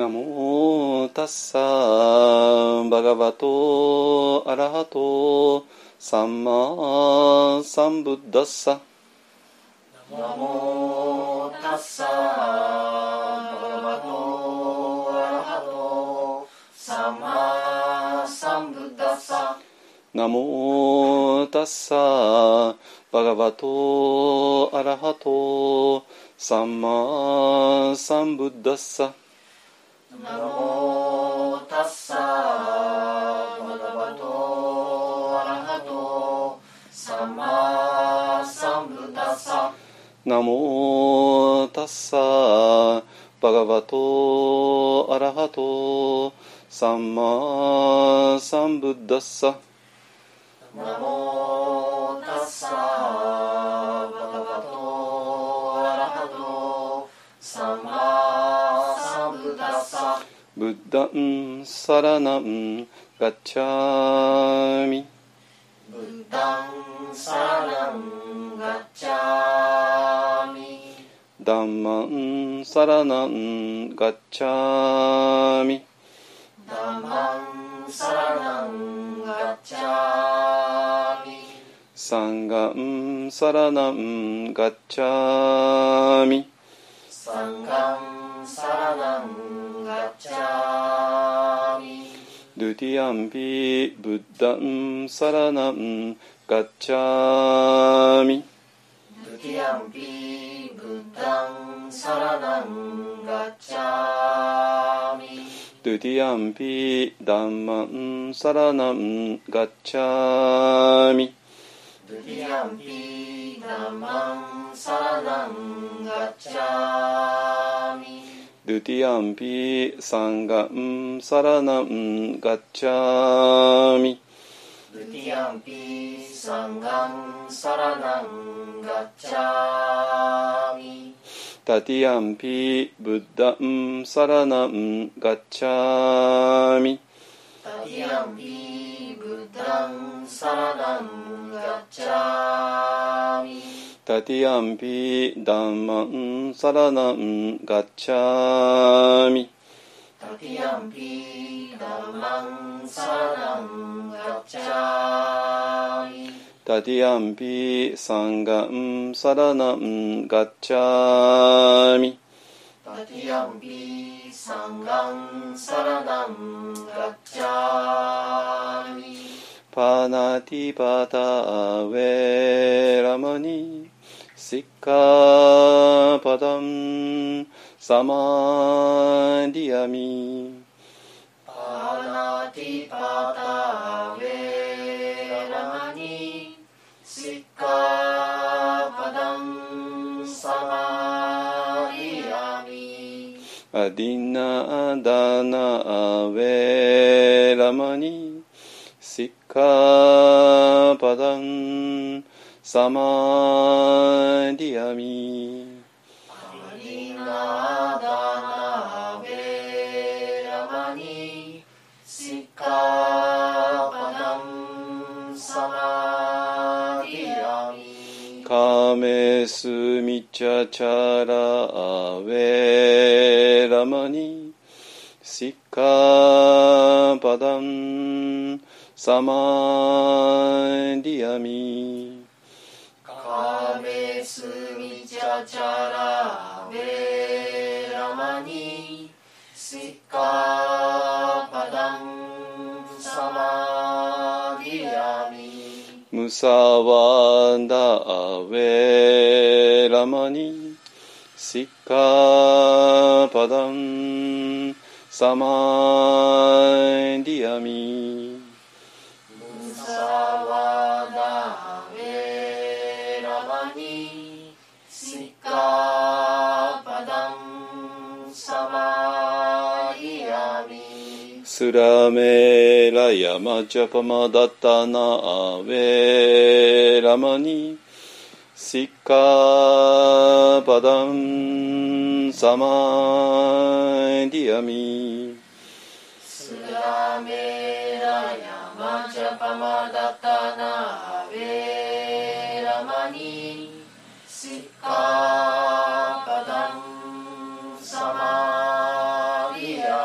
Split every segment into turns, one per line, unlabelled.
ナモタッサバガバトアラハトサンマサンブッダッサ。
ナモタッサバガバトアラハトサンマサンブッダッサ。
ナモタッサバガバトアラハトサンマサンブッダッサ。
ナモタッサバガバトアラハトサンマサンブッダッサ。
ナモタッサバガバトアラハトサンマサンブッダッサ。
ナモタッサバガバトアラハトサンマサンブッダッサ。
ブッダンサラナンガッチャミ。
ブッダンサラナンガッチャミ。
ダンマンサラナンガッチャミ。
ダンマンサラナンガッチャミ。
サンガンサラナンガッチャミ。
サンガンサラナンガッチャミ。
ドゥティアンピブッダンサラナンガッチャミ。
ドゥティアンピブッダンサラナンガッチャミ。
ドゥティアンピダンマンサラナンガッチャミ。
ドゥティアンピダンマンサラナンガッチャミ。
ドゥティアンピサンガンサラナンガッチャミ。
ドゥティアンピサンガンサラナンガッチャミ。
タティアンピブッダンサラナンガッチャミ。
タティアンピブッダンサラナンガッチャミ。
タティアンピダンマンサラナンガッチャミ。
タティアンピダンマンサラナンガッチャミ。
タティアンピサンガンサラナンガッチャミ。
タティアンピサンガンサラナンガッチャミ。
パナティパタウェラマニシッカパダンサマディアミ。
パナティパタウェラマニシッカパダンサマディアミ。
アディナダナウェラマニシッカパダンサマディアミ。
アディナダナウェラマニシッカパダンサマディアミ。
カメスミチャチャラウェラマニシッカパダンサマディアミ。
カメスミチャチャラウェラマニシッカパダンサマディアミ。
ムサワダウェラマニシッカパダンサマディアミ。
ムサワダウェラマニシッカパダンサマディアミ。
スラメラヤマジャパマダタナアウェラマニシッカパダンサマディアミ。
スラメラヤマジャパマダタナウェラマニシッカパダンサマディア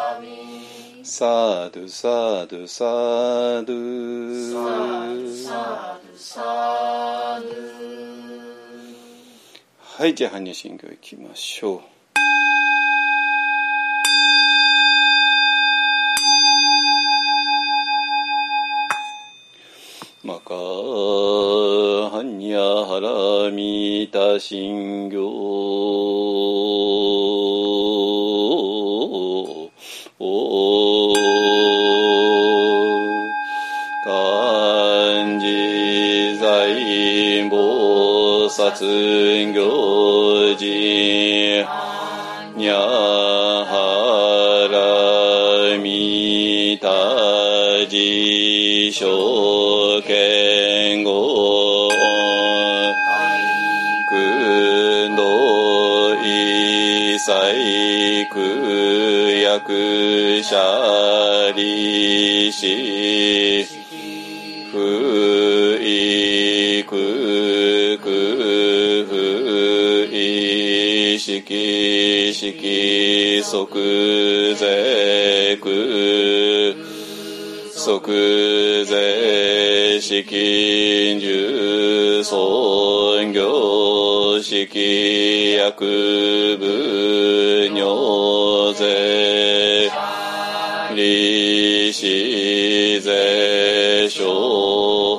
ドサドサドはい、じゃあ般若心経いきましょう。マカ般若ハラミタ心経漢字在菩薩行事にゃはらみたじしょけんごくんどいさいくやくしゃりしふいくくふいしきしき即是く即是式十尊行式薬部如是利子是小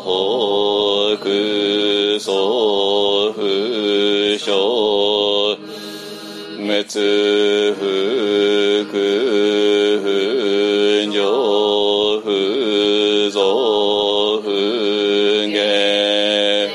北総不詳滅福不上不増不減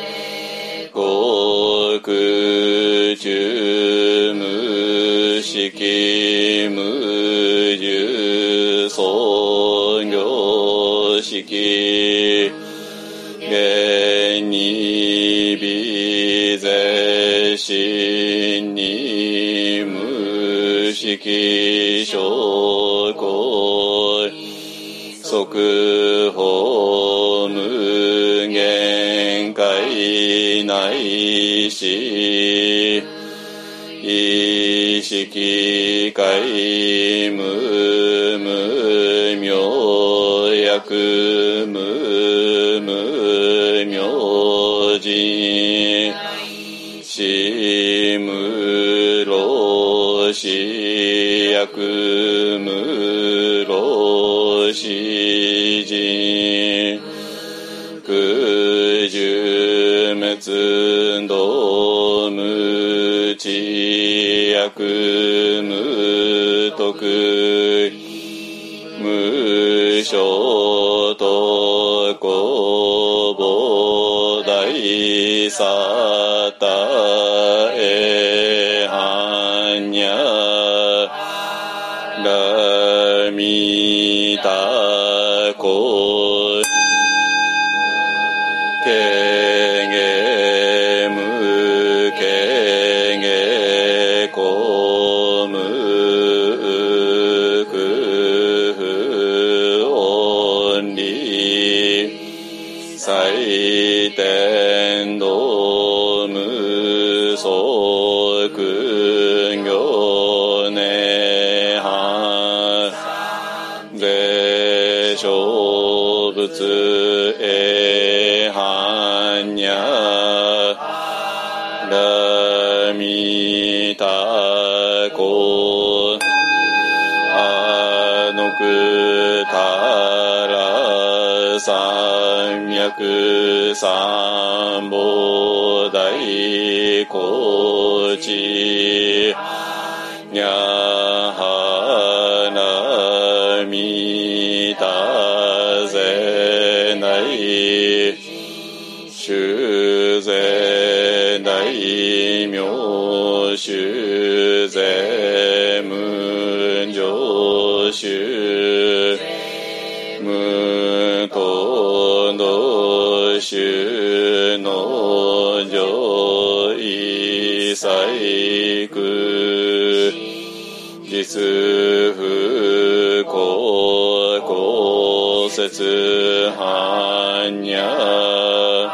国中無式無住尊行式現に微是心に無識証拠即法無限界内し意識界無無明薬無無明人死無老死薬無老死人空十滅道無知薬無徳無所と公母大サタエ般若ラミタコケゲムケゲコムクフオンリ祭天道無足行涅槃霊小仏へ般若ラミタコアノクタラ三脈三菩提高知にゃはなみたぜない修ぜ大名修ぜ無常修無との修の上位細工実不公公説般若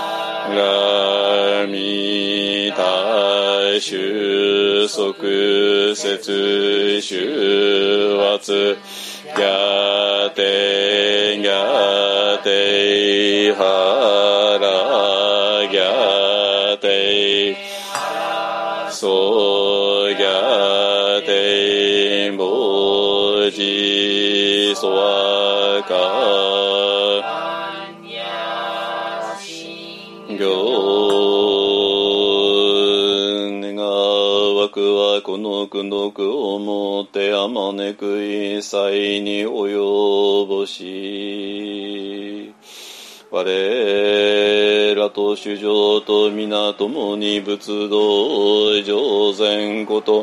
ラミタ収束説修圧逆てぎゃてはらぎゃてそぎゃてぼじそわか行願わくはこの苦毒をもってあまねく一切に及ぼし我らと主情と皆共に仏道上善こと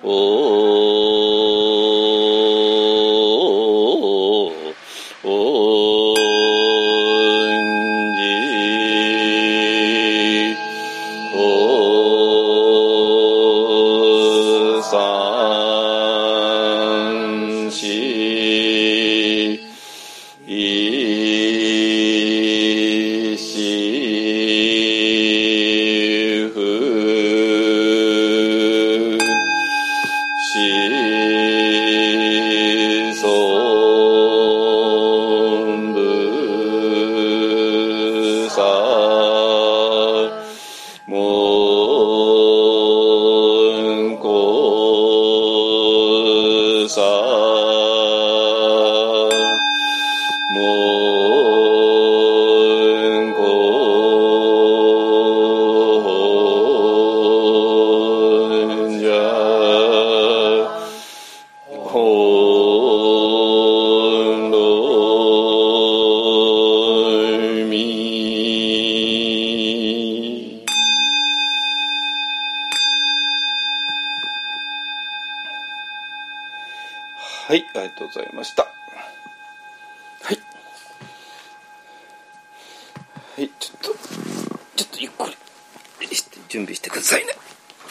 はい、ありがとうございました。はい。はい、ちょっとゆっくりして準備してくださいね。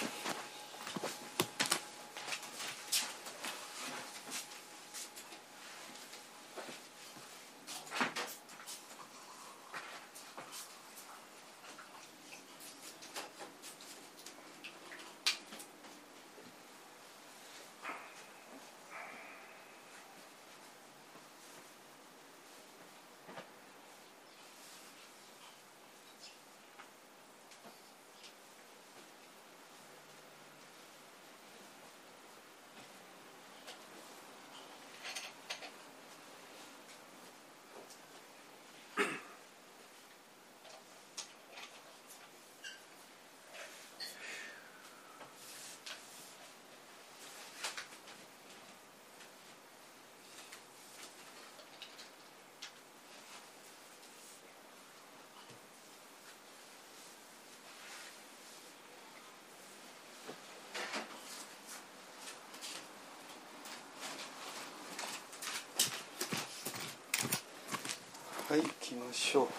はい、行きましょう。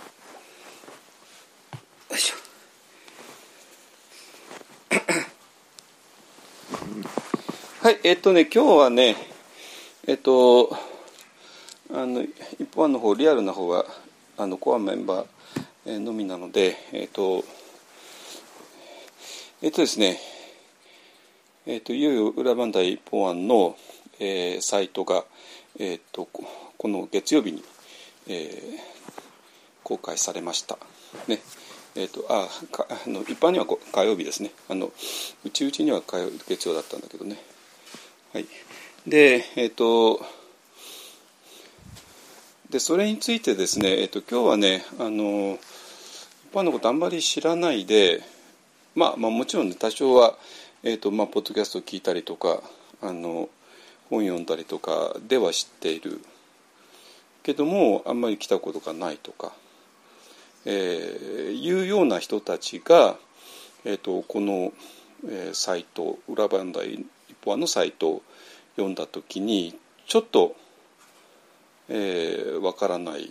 よいしょ。はい、今日はね、一般の方、リアルな方はコアメンバーのみなので、ですね、いよいよ裏磐梯ポアンの、サイトが、この月曜日に、公開されましたね。一般には火曜日ですね。うちには月曜だったんだけどね。はい。で、でそれについてですね、今日はね、一般のことあんまり知らないで、まあもちろんね、多少はポッドキャストを聞いたりとか、本読んだりとかでは知っているけども、あんまり来たことがないとか、いうような人たちが、この、サイト、裏磐梯一般のサイトを読んだときにちょっとわからない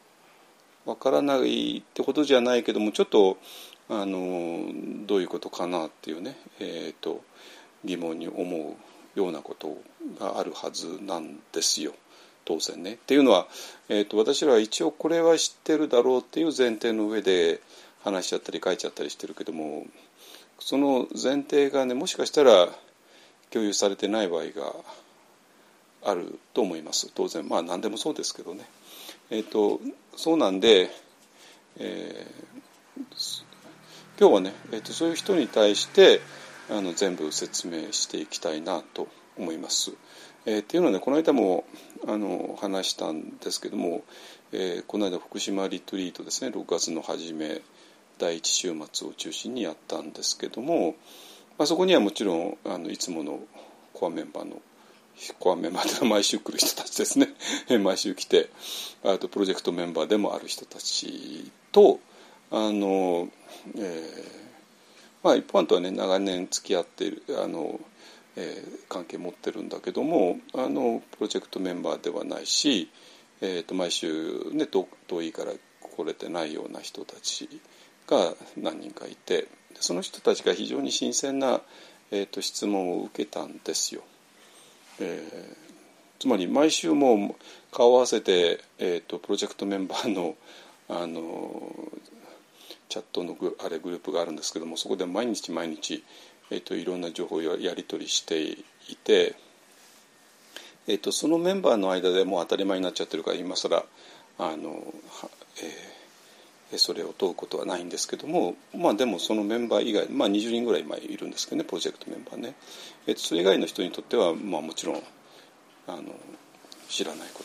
ってことじゃないけども、ちょっとどういうことかなっていうね、疑問に思うようなことがあるはずなんですよ、当然ね。っていうのは、私らは一応これは知ってるだろうっていう前提の上で話しちゃったり書いちゃったりしてるけども、その前提がね、もしかしたら共有されてない場合があると思います。当然何でもそうですけどね。そうなんで、今日はね、そういう人に対して全部説明していきたいなと思います。っていうのはね、この間も話したんですけども、この間福島リトリートですね、6月の初め第1週末を中心にやったんですけども、そこにはもちろんいつものコアメンバーで毎週来る人たちですね毎週来て、あとプロジェクトメンバーでもある人たちと一般とはね長年付き合っている関係持ってるんだけどもプロジェクトメンバーではないし、毎週ね遠いから来れてないような人たちが何人かいて、その人たちが非常に新鮮な、質問を受けたんですよ。つまり毎週も顔を合わせて、プロジェクトメンバーの、チャットのグループがあるんですけども、そこで毎日、いろんな情報をやり取りしていて、そのメンバーの間でもう当たり前になっちゃってるから今更それを問うことはないんですけども、でもそのメンバー以外、20人ぐらい今いるんですけどね、プロジェクトメンバーね。それ以外の人にとっては、もちろん知らないこと。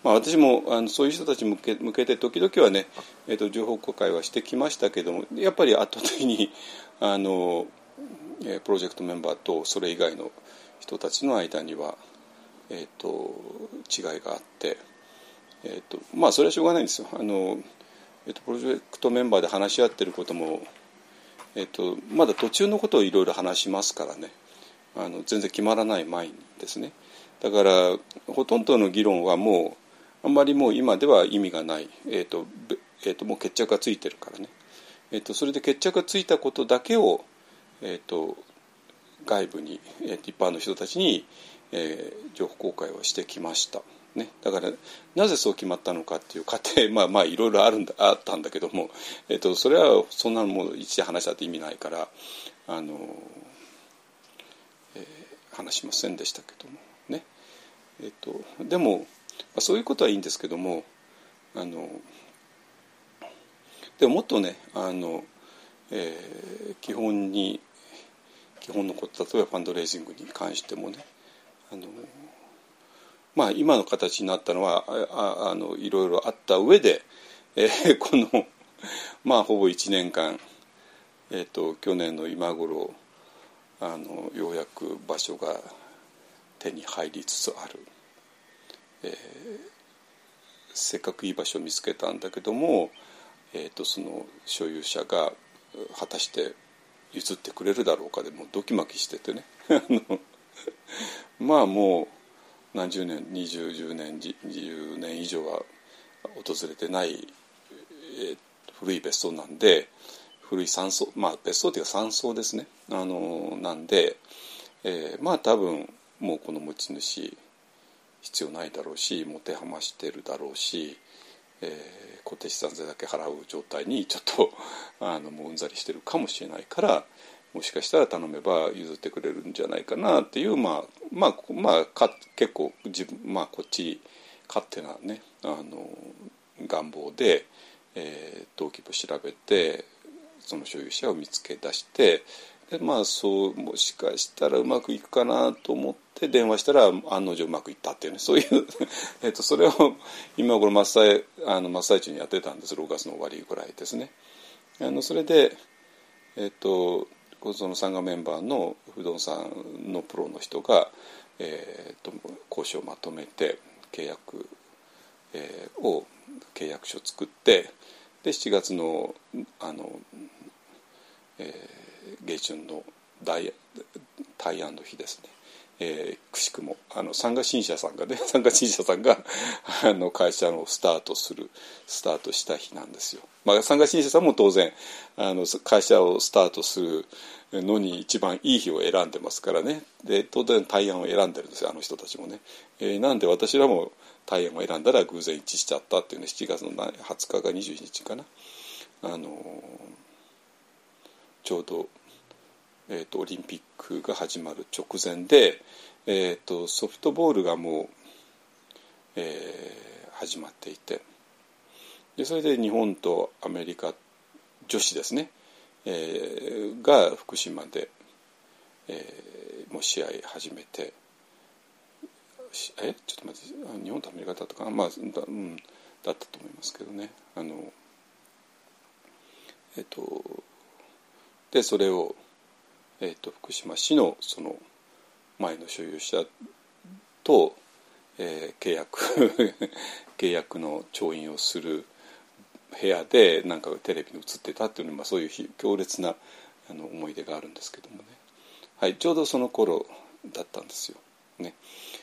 私もそういう人たち向けて時々はね、情報公開はしてきましたけども、やっぱり圧倒的にプロジェクトメンバーとそれ以外の人たちの間には、違いがあって、それはしょうがないんですよ。プロジェクトメンバーで話し合ってることも、まだ途中のことをいろいろ話しますからね、全然決まらない前にですね。だからほとんどの議論はもうあんまりもう今では意味がない、もう決着がついてるからね、それで決着がついたことだけを、外部に、一般の人たちに、情報公開をしてきましたね。だからなぜそう決まったのかっていう過程いろいろあったんだけども、それはそんなのもう一時話したって意味ないから話しませんでしたけどもね。でもそういうことはいいんですけども、でももっとね基本のこと、例えばファンドレイジングに関してもね、今の形になったのはいろいろあった上で、このほぼ1年間、去年の今頃ようやく場所が手に入りつつある、せっかくいい場所を見つけたんだけども、その所有者が果たして譲ってくれるだろうかでもうドキマキしててねもう何十年20年以上は訪れてない、古い別荘なんで、古い山荘、別荘というか山荘ですね、なんで、多分もうこの持ち主必要ないだろうし、持て余してるだろうし、固定資産税だけ払う状態にちょっともううんざりしてるかもしれないから、もしかしたら頼めば譲ってくれるんじゃないかなっていう結構自分こっち勝手なね願望で、登記簿調べてその所有者を見つけ出して、でそうもしかしたらうまくいくかなと思って電話したら案の定うまくいったっていうね、そういうそれを今頃真っ最中にやってたんです。6月の終わりぐらいですね。それでその参加メンバーの不動産のプロの人が、交渉をまとめて契約書を作って、で7月の下旬の大安の日ですね、くしくも参加新社さんが会社をスタートした日なんですよ。参加新社さんも当然会社をスタートするのに一番いい日を選んでますからね。で当然大安を選んでるんですよ、あの人たちもね。なんで私らも大安を選んだら偶然一致しちゃったっていうね。7月の20日か21日かな、ちょうどオリンピックが始まる直前で、 ソフトボールがもう、始まっていて、でそれで日本とアメリカ女子ですね、が福島で、もう試合始めて、ちょっと待って、日本とアメリカだったかな、だったと思いますけどね。でそれを、福島市のその前の所有者と、契約の調印をする部屋でなんかテレビに映ってたっていうのは、そういう強烈な思い出があるんですけどもね。はい、ちょうどその頃だったんですよね。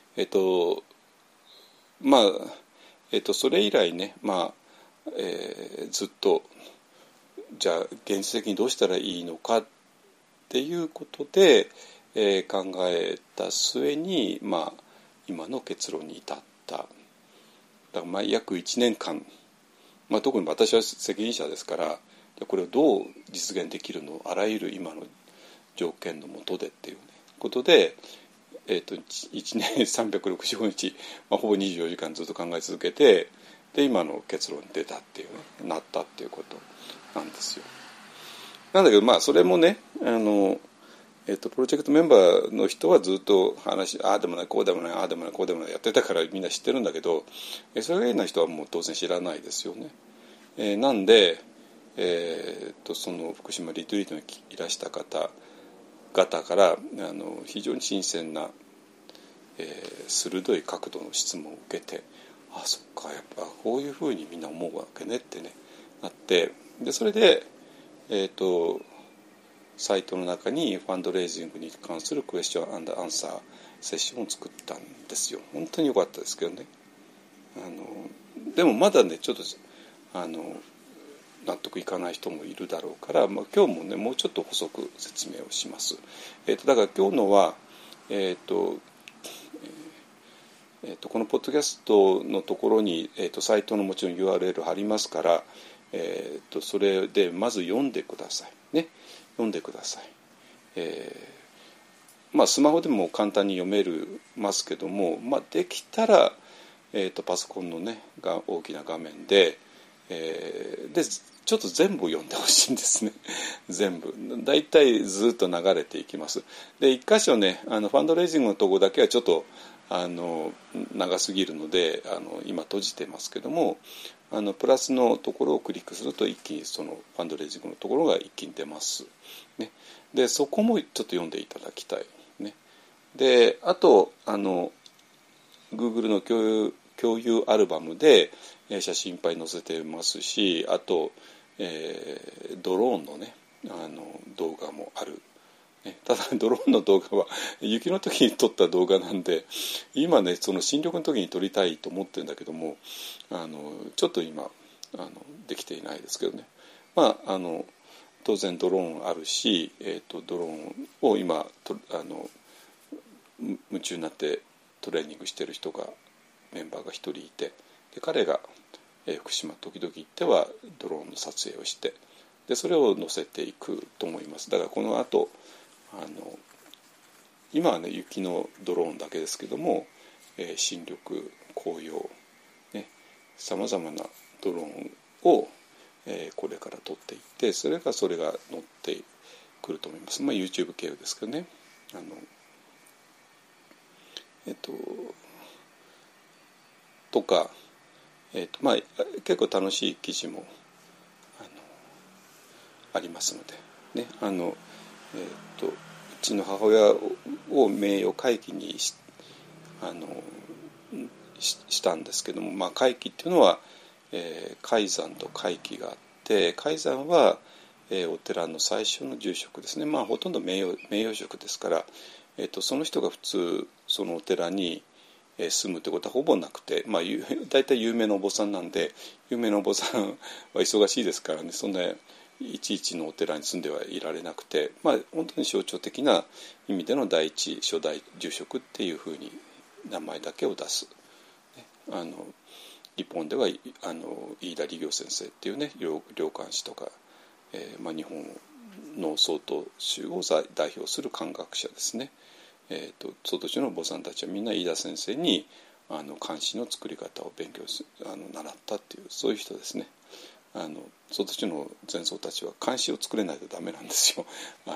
それ以来ね、ずっとじゃあ現実的にどうしたらいいのかっていうことで、考えた末に、今の結論に至った。だから約1年間、特に私は責任者ですから、これをどう実現できるの、あらゆる今の条件の下でっていう、ことで、1年365日、ほぼ24時間ずっと考え続けて、で今の結論に出たっていうね、なったっていうことなんですよ。なんだけどそれもね、プロジェクトメンバーの人はずっとああでもないこうでもないああでもないこうでもないやってたからみんな知ってるんだけど、それ以外の人はもう当然知らないですよね。なんで、その福島リトリートにいらした方々から非常に新鮮な、鋭い角度の質問を受けて、あ、そっか、やっぱこういうふうにみんな思うわけねってねなって、でそれでサイトの中にファンドレイジングに関するクエスチョン&アンサーセッションを作ったんですよ。本当に良かったですけどね。でもまだねちょっと納得いかない人もいるだろうから、今日もねもうちょっと補足説明をします。だから今日のはこのポッドキャストのところに、サイトのもちろん URL 貼りますから、それでまず読んでくださいね。読んでください。スマホでも簡単に読めますけども、できたら、パソコンのね大きな画面で、ちょっと全部読んでほしいんですね。全部だいたいずっと流れていきます。で一箇所ねファンドレイジングのところだけはちょっと長すぎるので今閉じてますけども、プラスのところをクリックすると一気にそのファンドレイジングのところが一気に出ます、ね、でそこもちょっと読んでいただきたい、ね、であとGoogle の共有アルバムで写真いっぱい載せてますし、あと、ドローンのね動画もある。ただドローンの動画は雪の時に撮った動画なんで、今ねその新緑の時に撮りたいと思ってるんだけども、ちょっと今できていないですけどね。当然ドローンあるし、ドローンを今夢中になってトレーニングしてる人がメンバーが一人いて、で彼が、福島時々行ってはドローンの撮影をして、でそれを載せていくと思います。だからこの後今はね雪のドローンだけですけども、新緑紅葉ねさまざまなドローンを、これから撮っていって、それが載ってくると思います。YouTube 経由ですけどね。とか、結構楽しい記事もありますのでね。うちの母親を名誉回帰にしたんですけども、回帰っていうのは、開山と回帰があって、開山は、お寺の最初の住職ですね。ほとんど名誉職ですから、その人が普通そのお寺に住むってことはほぼなくて、大体有名なお坊さんなんで、有名なお坊さんは忙しいですからね、そんないちいちのお寺に住んではいられなくて、本当に象徴的な意味での第一初代住職っていうふうに名前だけを出す。日本では飯田利行先生っていうね良寛師とか、日本の曹洞宗を代表する漢学者ですね。 外地のお坊さんたちはみんな飯田先生に漢詩の作り方を勉強習ったっていう、そういう人ですね。外地の禅僧たちは漢詩を作れないとダメなんですよ。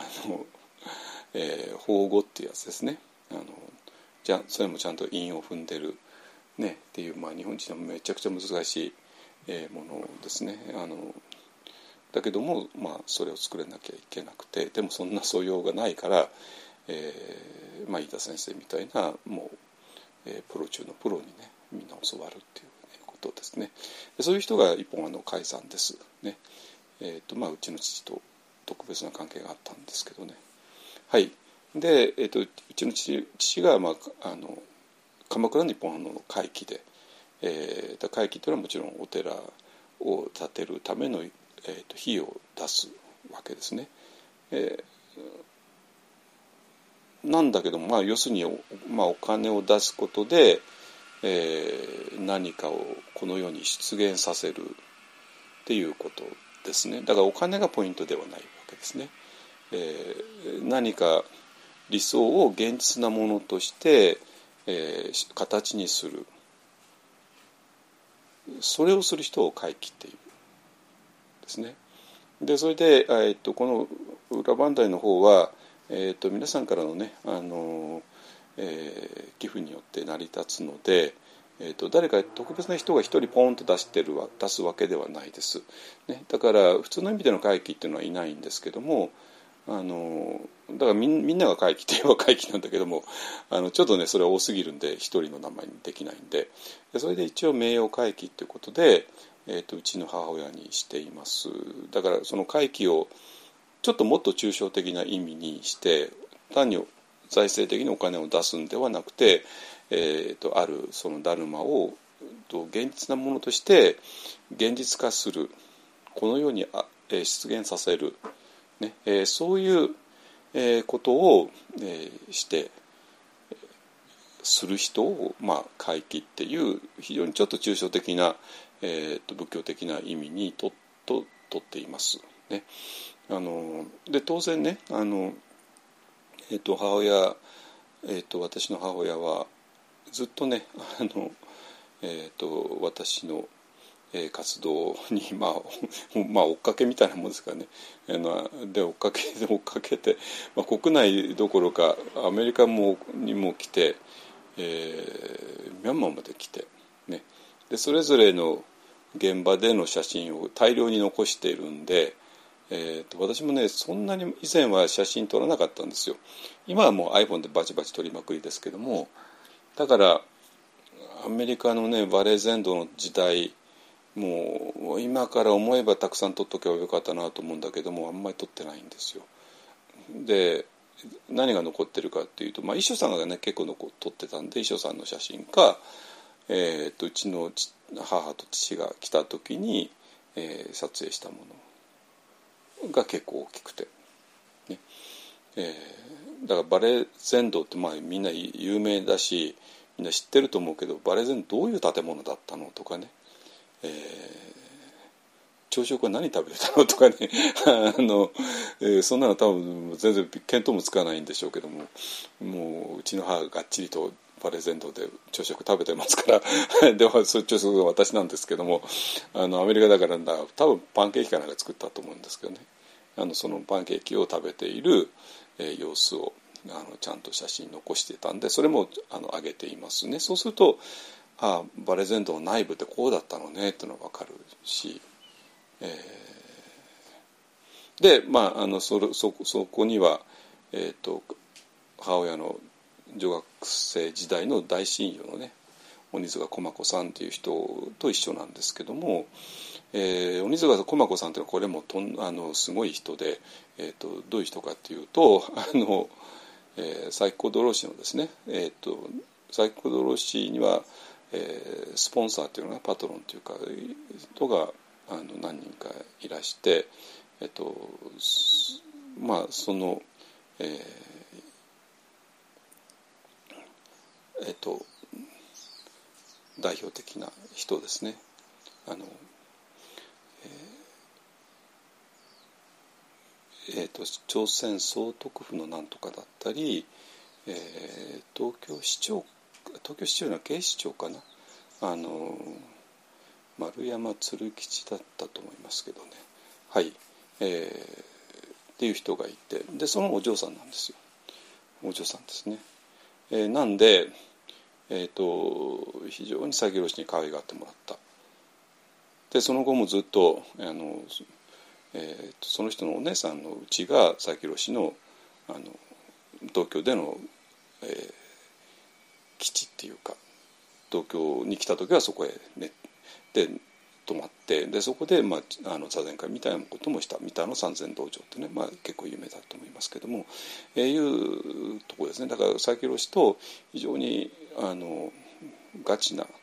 法語っていうやつですね。じゃそれもちゃんと韻を踏んでる、ね、っていう、日本人はめちゃくちゃ難しい、ものですね。だけども、それを作れなきゃいけなくて、でもそんな素養がないから、飯田先生みたいなもう、プロ中のプロにねみんな教わるっていう、ことですね。でそういう人が一本解散ですね。うちの父と特別な関係があったんですけどね。はい。で、うちの父が、鎌倉日本藩の会期で、会期というのはもちろんお寺を建てるための、費用を出すわけですね。なんだけども、要するにお金を出すことで、何かをこの世に出現させるっていうことですね。だからお金がポイントではないわけですね。何か理想を現実なものとして、形にする、それをする人を会期っていうですね。でそれで、この裏磐梯の方は、皆さんからのね、寄付によって成り立つので、誰か特別な人が一人ポンと出すわけではないです、ね。だから普通の意味での会期っていうのはいないんですけども、だからみんなが会期って言えば会期なんだけども、ちょっとねそれは多すぎるんで一人の名前にできないんで、それで一応名誉会期ということで、うちの母親にしています。だからその会期をちょっともっと抽象的な意味にして、単に財政的にお金を出すんではなくて、あるそのダルマを現実なものとして現実化する、このように出現させる、ね、そういう、ことを、してする人を、会期っていう非常にちょっと抽象的な、仏教的な意味にとっています、ね。で当然ね、母親、私の母親はずっとね私の活動に追っかけみたいなもんですからね。で追っかけて、国内どころかアメリカにも来て、ミャンマーまで来て、ね、でそれぞれの現場での写真を大量に残しているんで、私もねそんなに以前は写真撮らなかったんですよ。今はもう iPhone でバチバチ撮りまくりですけども、だからアメリカのねバレー全土の時代、もう今から思えばたくさん撮っとけばよかったなと思うんだけども、あんまり撮ってないんですよ。で何が残ってるかっていうと、衣装さんがね結構撮ってたんで、衣装さんの写真か、うちの母と父が来た時に、撮影したものが結構大きくて、ね。だからバレー全土ってみんな有名だしみんな知ってると思うけど、バレー全土どういう建物だったのとかね、朝食は何食べてたのとかねそんなの多分全然見当もつかないんでしょうけども、もううちの母ががっちりとバレー全土で朝食食べてますからでもそれ朝食は私なんですけども、アメリカだから多分パンケーキかなんか作ったと思うんですけどね、そのパンケーキを食べている、様子をちゃんと写真残してたんで、それも上げていますね。そうするとバレー全土の内部ってこうだったのねっていうのが分かるし、でそこには、母親の女学生時代の大親友のね鬼塚駒子さんという人と一緒なんですけども、鬼塚駒子さんというのはこれもすごい人で、どういう人かっていうとサイコドロシのですね、サイコドロシには、スポンサーというのがパトロンというか人が何人かいらして、その、代表的な人ですね。朝鮮総督府のなんとかだったり、 東京市長の警視庁かな、丸山鶴吉だったと思いますけどね、はい、っていう人がいて、でそのお嬢さんなんですよ。お嬢さんですね。なんで、非常に佐伯宏に可愛がってもらった。でその後もずっとその人のお姉さんのうちが佐伯宏の東京での、基地っていうか、東京に来た時はそこへ、ね、で泊まって、でそこで、座禅会みたいなこともしたみたいな三千道場ってね、結構有名だと思いますけども、いうところですね。だから佐伯宏と非常にガチな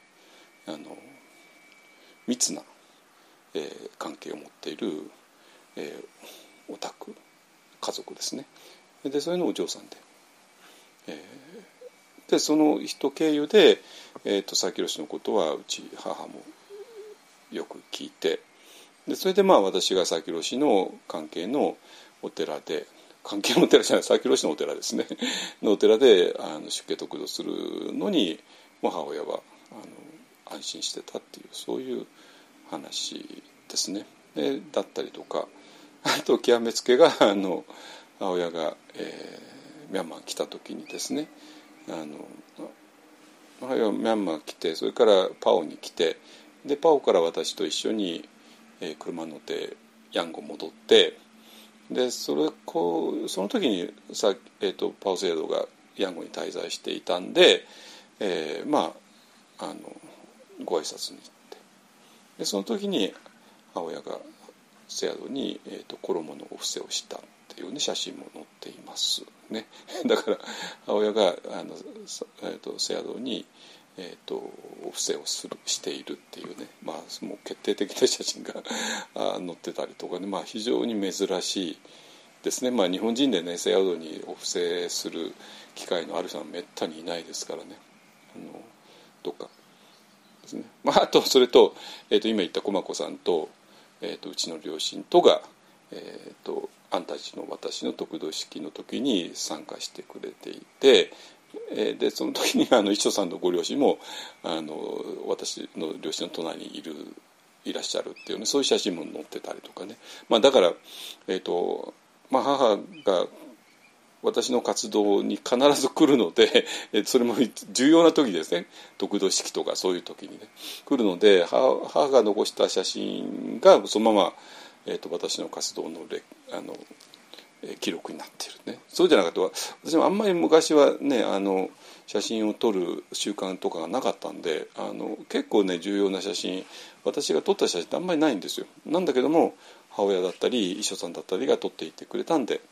密な、関係を持っている、オタク家族ですね。でそれのお嬢さんで、でその人経由で、佐伯宏のことはうち母もよく聞いて、でそれで私が佐伯宏の関係のお寺で、関係のお寺じゃない、佐伯宏のお寺ですねのお寺で出家得度するのに、母親は安心してたっていう、そういう話ですね。だったりとか、あと極めつけが母親が、ミャンマー来た時にですね、母親はミャンマー来て、それからパオに来て、でパオから私と一緒に、車に乗ってヤンゴン戻って、でその時にパオ聖堂がヤンゴンに滞在していたんで、ご挨拶に行って、でその時に母親が聖堂に、衣のお布施をしたっていう、ね、写真も載っていますね。だから母親が聖堂に、お布施をしているっていうね、もう決定的な写真が載ってたりとかね、非常に珍しいですね。日本人でね、聖堂にお布施する機会のある人はめったにいないですからね、どっかですね。あとそれと、今言った駒子さんと、うちの両親とが、アンタッチの私の得度式の時に参加してくれていて、でその時に一緒さんのご両親も私の両親の隣にいらっしゃるっていうね、そういう写真も載ってたりとかね、だから、母が私の活動に必ず来るので、それも重要な時ですね、得度式とかそういう時にね来るので、母が残した写真がそのまま、私の活動の記録になっているね。そうじゃなかったら、私もあんまり昔はね写真を撮る習慣とかがなかったんで、結構ね重要な写真、私が撮った写真ってあんまりないんですよ。なんだけども母親だったり一緒さんだったりが撮っていてくれたんで、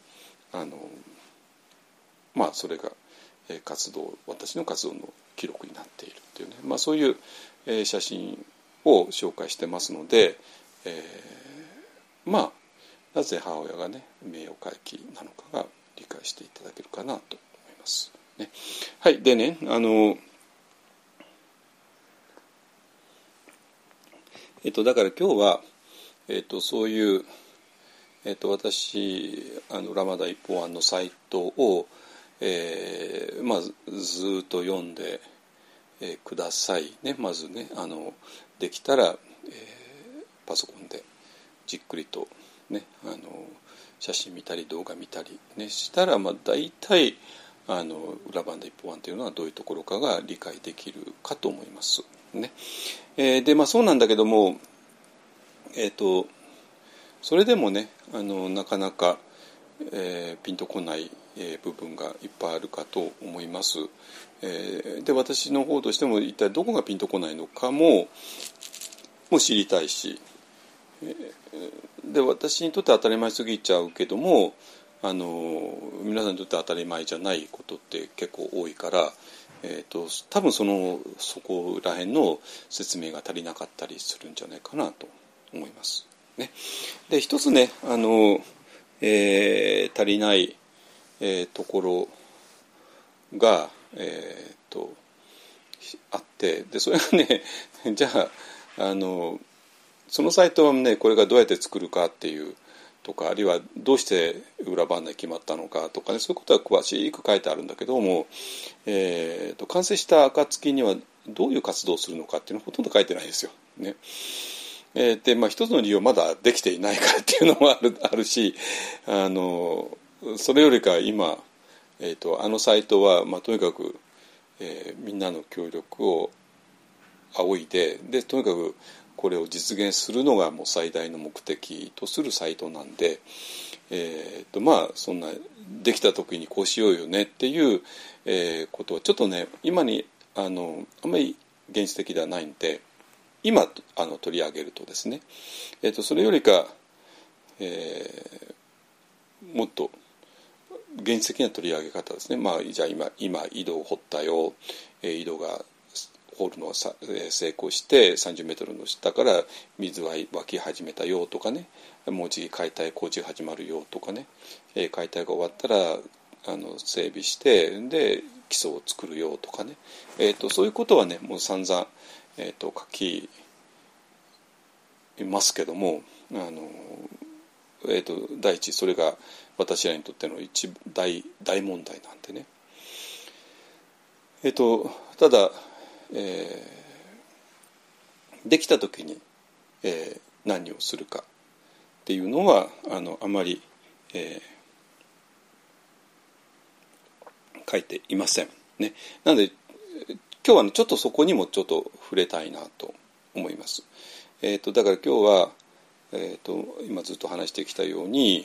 それが私の活動の記録になっているっていうね、そういう、写真を紹介してますので、なぜ母親がね名誉回帰なのかが理解していただけるかなと思いますね。はい。でね、だから今日は、そういう、私ラマダ一方案のサイトを、ずっと読んで、くださいね。まずねできたら、パソコンでじっくりとね写真見たり動画見たりねしたら、大体裏バンダ一方案というのはどういうところかが理解できるかと思いますね。でそうなんだけども、それでもねなかなか、ピンとこない、部分がいっぱいあるかと思います。で私の方としても一体どこがピンとこないのかも知りたいし、で私にとって当たり前すぎちゃうけども皆さんにとって当たり前じゃないことって結構多いから、多分そこら辺の説明が足りなかったりするんじゃないかなと思いますね。で一つね足りない、ところが、あって、でそれがねじゃあそのサイトはねこれがどうやって作るかっていうとか、あるいはどうして裏番台決まったのかとかね、そういうことは詳しく書いてあるんだけども、完成した暁にはどういう活動をするのかっていうのはほとんど書いてないですよ。ね。で一つの理由はまだできていないからっていうのもあるし、それよりか今、あのサイトは、とにかく、みんなの協力を仰いで、とにかくこれを実現するのがもう最大の目的とするサイトなんで、そんなできた時にこうしようよねっていう、ことはちょっとね今にあんまり現実的ではないんで、今取り上げるとですね、それよりか、もっと現実的な取り上げ方ですね。じゃあ今井戸を掘ったよ、井戸が掘るのは成功して30メートルの下から水は湧き始めたよとかね、もう次解体工事が始まるよとかね、解体が終わったら整備してで基礎を作るよとかね、そういうことはねもう散々、書きますけども、第一それが私らにとっての大問題なんでね。ただ、できた時に、何をするかっていうのはあまり、書いていませんね。なので今日は、ね、ちょっとそこにもちょっと触れたいなと思います。だから今日は、今ずっと話してきたように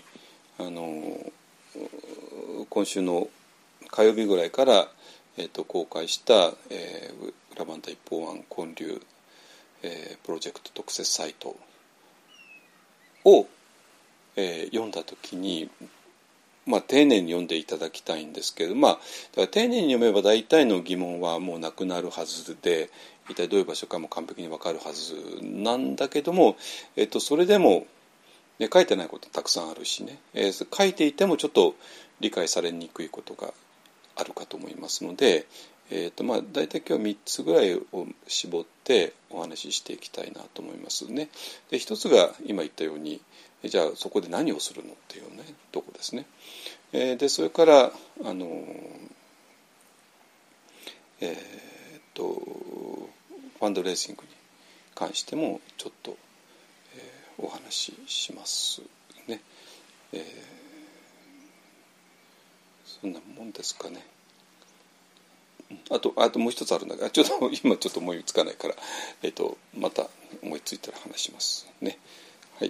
今週の火曜日ぐらいから、公開した、裏番台一方案建立、プロジェクト特設サイトを、読んだ時に、丁寧に読んでいただきたいんですけど、だから丁寧に読めば大体の疑問はもうなくなるはずで、一体どういう場所かも完璧に分かるはずなんだけども、それでも、ね、書いてないことたくさんあるしね、書いていてもちょっと理解されにくいことがあるかと思いますので、大体今日3つぐらいを絞ってお話ししていきたいなと思いますね。で一つが今言ったように、じゃあそこで何をするのっていうねとこですね。でそれからファンドレーシングに関してもちょっと、お話ししますね。そんなもんですかね。あともう一つあるんだが、ちょっと今ちょっと思いつかないから、また思いついたら話しますね。はい。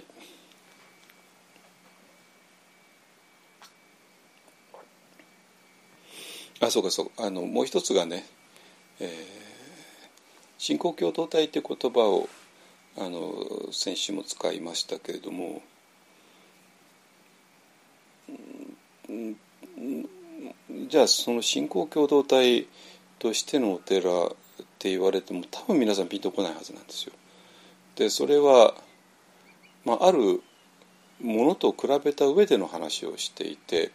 そうもう一つがね、信仰共同体という言葉を先週も使いましたけれども、じゃあその信仰共同体としてのお寺って言われても多分皆さんピンとこないはずなんですよ。でそれは、あるものと比べた上での話をしていて、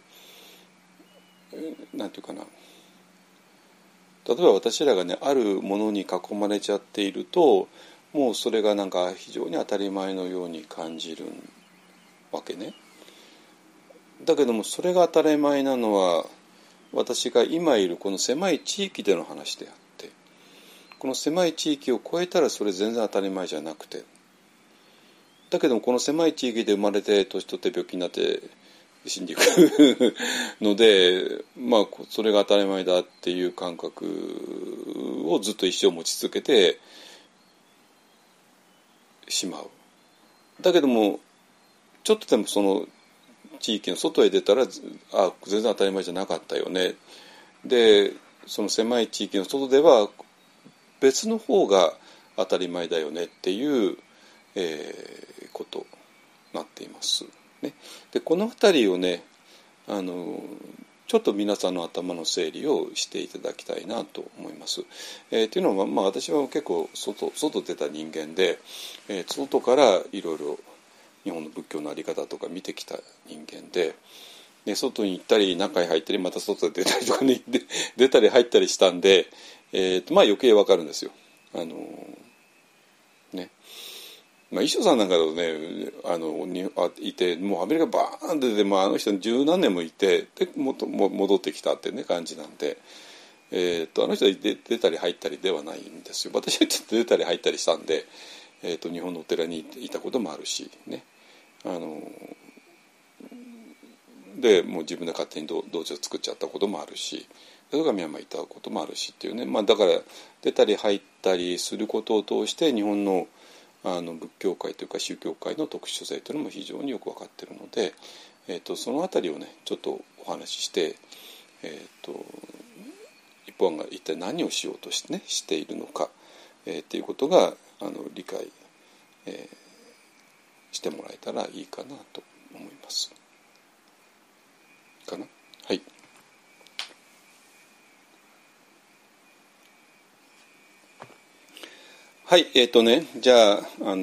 なんていうかな、例えば私らがねあるものに囲まれちゃっていると、もうそれがなんか非常に当たり前のように感じるわけね。だけどもそれが当たり前なのは私が今いるこの狭い地域での話であって、この狭い地域を超えたらそれ全然当たり前じゃなくて、だけどもこの狭い地域で生まれて年取って病気になって死んでいくので、それが当たり前だっていう感覚をずっと一生持ち続けてしまう。だけどもちょっとでもその地域の外へ出たら全然当たり前じゃなかったよね。でその狭い地域の外では別の方が当たり前だよねっていう、ことになっていますね。でこの辺りをねちょっと皆さんの頭の整理をしていただきたいなと思います。というのは、私は結構外出た人間で、外からいろいろ日本の仏教の在り方とか見てきた人間で、外に行ったり中に入ったりまた外で出たりとかね出たり入ったりしたんで、余計わかるんですよ。 衣装さんなんかだとねいて、もうアメリカバーンって出て、あの人十何年もいて、で戻ってきたってね感じなんで、あの人は出たり入ったりではないんですよ。私はちょっと出たり入ったりしたんで、日本のお寺にいたこともあるしね、でもう自分で勝手に道場を作っちゃったこともあるし、それからミャンマー行ったこともあるしっていうね、だから出たり入ったりすることを通して日本の仏教界というか宗教界の特殊性というのも非常によく分かっているので、そのあたりをねちょっとお話しして、一本が一体何をしようとして、しているのか、っていうことが理解、してもらえたらいいかなと思います。かな。はい。はい、じゃあ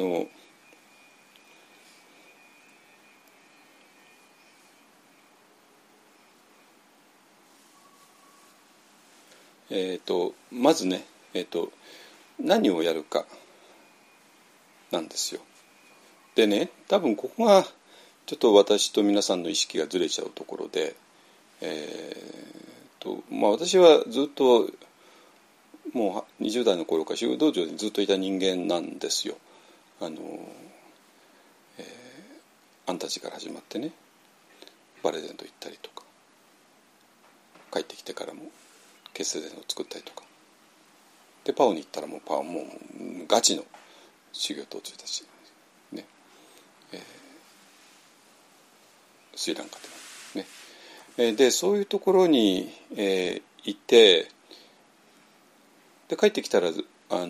まずね、何をやるかなんですよ。でね、多分ここがちょっと私と皆さんの意識がずれちゃうところで、私はずっともう20代の頃から修行道場にずっといた人間なんですよ。アンタッチから始まってね、バレデンと行ったりとか、帰ってきてからも結成伝を作ったりとかで、パオに行ったらもうガチの修行道中たちね、スリランカでね、でそういうところに、いて、で帰ってきたらこ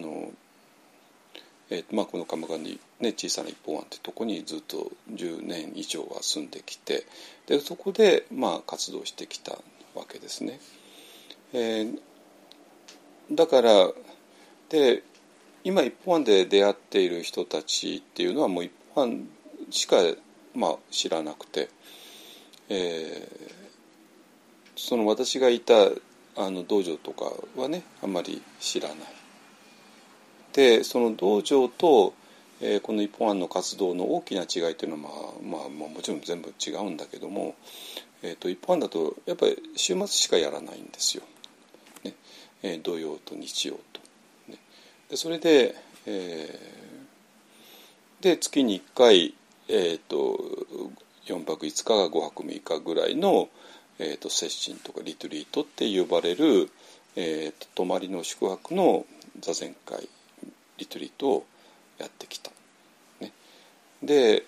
の鎌倉に、ね、小さな一本庵ってとこにずっと10年以上は住んできて、でそこで活動してきたわけですね。だからで今一本庵で出会っている人たちっていうのはもう一本庵しか、知らなくて、その私がいた道場とかはねあんまり知らない。でその道場と、この一本庵の活動の大きな違いというのは、もちろん全部違うんだけども、一本庵だとやっぱり週末しかやらないんですよ、ね、土曜と日曜と、ね、でそれで、月に1回、4泊5日が5泊6日ぐらいの、接心とかリトリートって呼ばれる、泊まりの宿泊の座禅会リトリートをやってきた、ね、で、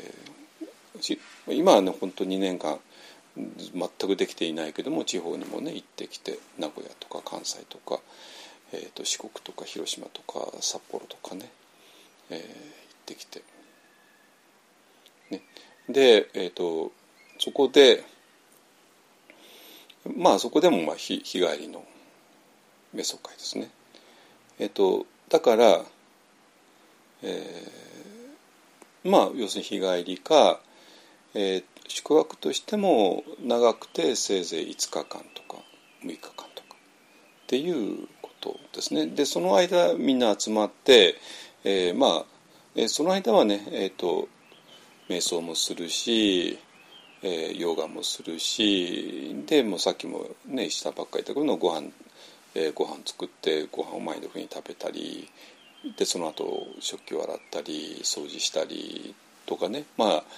今はね本当2年間全くできていないけども地方にもね行ってきて、名古屋とか関西とか、四国とか広島とか札幌とかね、行ってきて、ね、で、そこでそこでも日帰りの瞑想会ですね。だから、要するに日帰りか、宿泊としても長くてせいぜい5日間とか6日間とかっていうことですね。でその間みんな集まって、その間はね、瞑想もするし、ヨガもするし、でもうさっきもねしたばっかりだけどご飯作ってご飯を前の風に食べたりで、その後食器を洗ったり掃除したりとかね、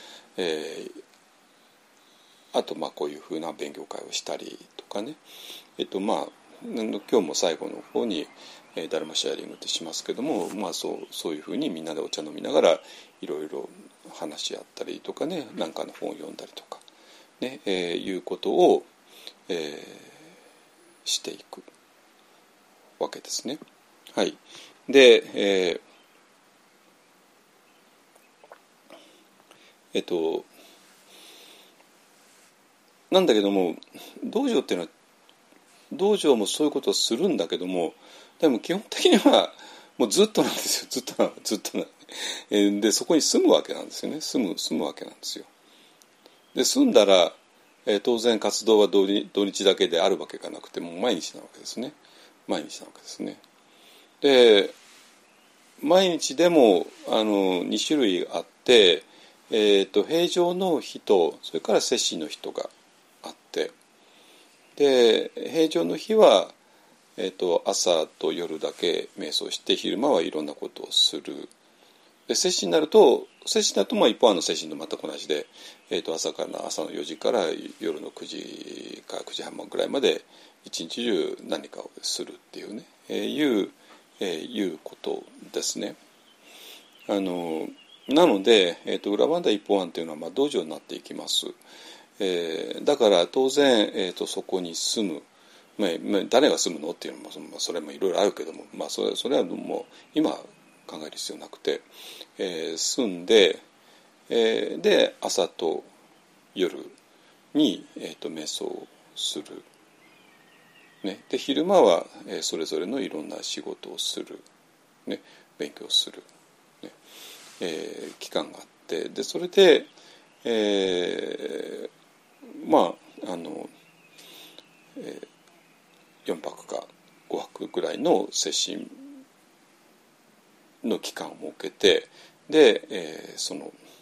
あとこういうふうな勉強会をしたりとかね、今日も最後の方にダルマシェアリングってしますけども、そういうふうにみんなでお茶飲みながらいろいろ話し合ったりとかね、何かの本を読んだりとかね、いうことを、していくわけですね。はい。で、なんだけども道場っていうのは道場もそういうことをするんだけども、でも基本的にはもうずっとなんですよ。ずっとでそこに住むわけなんですよね。住むわけなんですよ。で住んだら、当然活動は土日だけであるわけがなくてもう毎日なわけですね。で毎日でも2種類あって、平常の日とそれから摂心の日とがあって、で平常の日は、朝と夜だけ瞑想して昼間はいろんなことをする。で摂心になるとまあ一方摂心と全く同じで、朝の4時から夜の9時から9時半ぐらいまで一日中何かをするっていうね、いうことですね。なので、裏磐梯一方案っていうのは、まあ、道場になっていきます。だから当然、そこに住む、まあ、誰が住むのっていうのも、それもいろいろあるけども、まあ、それはもう今考える必要なくて、住んで、で朝と夜に、瞑想をする、ね、で昼間は、それぞれのいろんな仕事をする、ね、勉強する、ね、期間があって、でそれで、まあ4泊か5泊ぐらいの摂心の期間を設けて、で、そ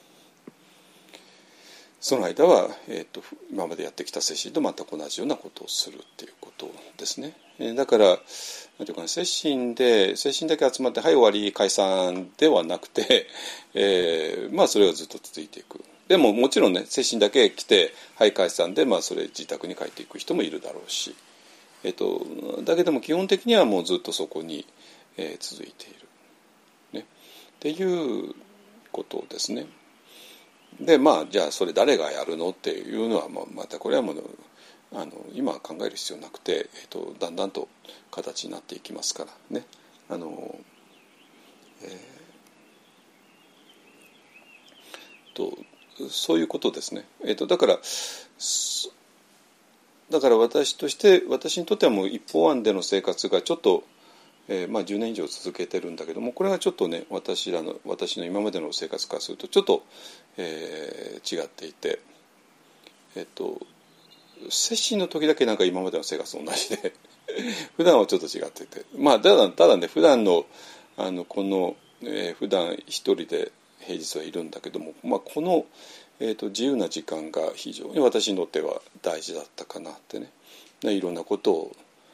の間は、今までやってきた摂心と全く同じようなことをするっていうことですね。だからなんていうかな、摂心だけ集まってはい終わり解散ではなくて、まあそれがずっと続いていく。でももちろんね、摂心だけ来てはい解散で、まあそれ自宅に帰っていく人もいるだろうし、だけども基本的にはもうずっとそこに、続いている、ね、っていうことですね。でまあじゃあそれ誰がやるのっていうのは、またこれはもう今考える必要なくて、だんだんと形になっていきますからね。そういうことですね。だから私にとってはもう一方案での生活がちょっと、まあ、10年以上続けてるんだけども、これはちょっとね私の今までの生活からするとちょっと、違っていて、摂心の時だけなんか今までの生活と同じで普段はちょっと違っていて、まあただね普段の普段一人で平日はいるんだけども、まあ、この、自由な時間が非常に私にとっては大事だったかなってね。いろんなことを、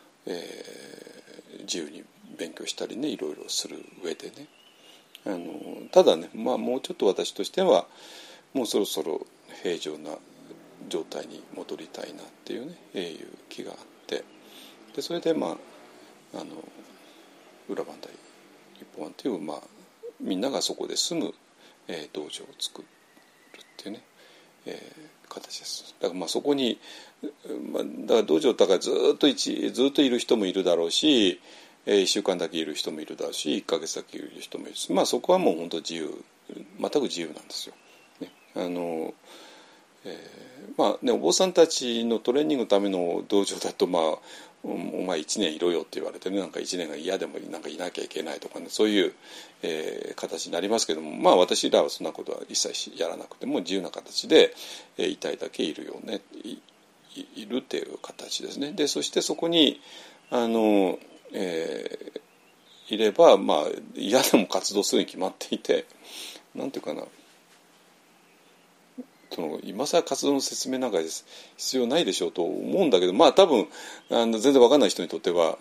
自由に勉強したりね、いろいろする上でね、ただね、まあ、もうちょっと私としてはもうそろそろ平常な状態に戻りたいなっていうね、いう気があって、でそれでまあ裏磐梯一本っていう、まあ、みんながそこで住む、道場を作るっていうね、形です。だからまあそこに、だから道場だからずっといる人もいるだろうし、1週間だけいる人もいるだろうし、1ヶ月だけいる人もいるし、まあそこはもう本当全く自由なんですよ。ね、まあね、お坊さんたちのトレーニングのための道場だと、まあお前1年いろよって言われてね、なんか1年が嫌でもなんかいなきゃいけないとかね、そういう、形になりますけども、まあ私らはそんなことは一切やらなくても自由な形で、いたいだけいるよね、いるっていう形ですね。でそしてそこにいれば、まあ嫌でも活動するに決まっていて、なんていうかな、今更活動の説明なんか必要ないでしょうと思うんだけど、まあ多分全然分かんない人にとっては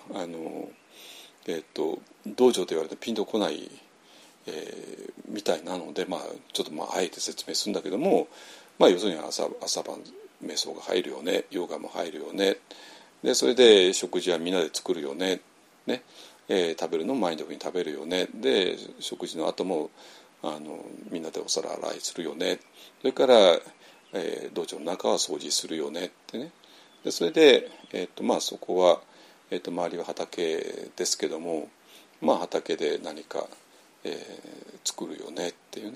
道場と言われてピンとこない、みたいなので、まあちょっとあえて説明するんだけども、まあ要するに朝晩瞑想が入るよね、ヨガも入るよね、でそれで食事はみんなで作るよね、食べるのもマインドフルに食べるよね、で食事の後もみんなでお皿洗いするよね、それから、道場の中は掃除するよねってね。でそれで、まあそこは、周りは畑ですけども、まあ畑で何か、作るよねっていうね。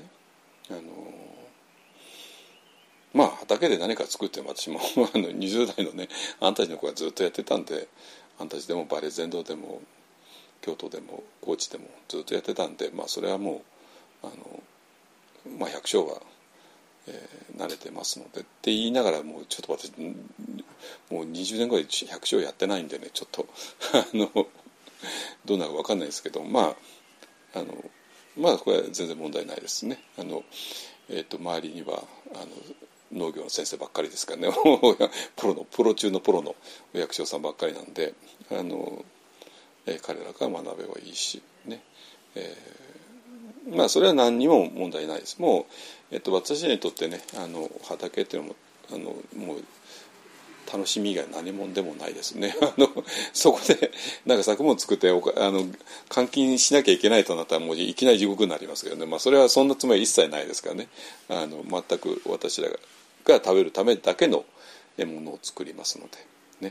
まあ畑で何か作っても私も20代のねあんたたちの子がずっとやってたんで、あんたたちでもバレエ全道でも京都でも高知でもずっとやってたんで、まあそれはもうまあ百姓は、慣れてますのでって言いながら、もうちょっと私もう20年ぐらい百姓やってないんでね、ちょっとどうなるか分かんないですけど、まあまあこれは全然問題ないですね。周りには農業の先生ばっかりですからねプロ中のプロのお役所さんばっかりなんで彼らから学べばいいしね、まあそれは何にも問題ないです。もう、私にとってね畑っていうのももう楽しみ以外何もでもないですねそこでなんか作物作って換金しなきゃいけないとなったらもういきなり地獄になりますけどね、まあ、それはそんなつもりは一切ないですからね全く私らが食べるためだけのものを作りますのでね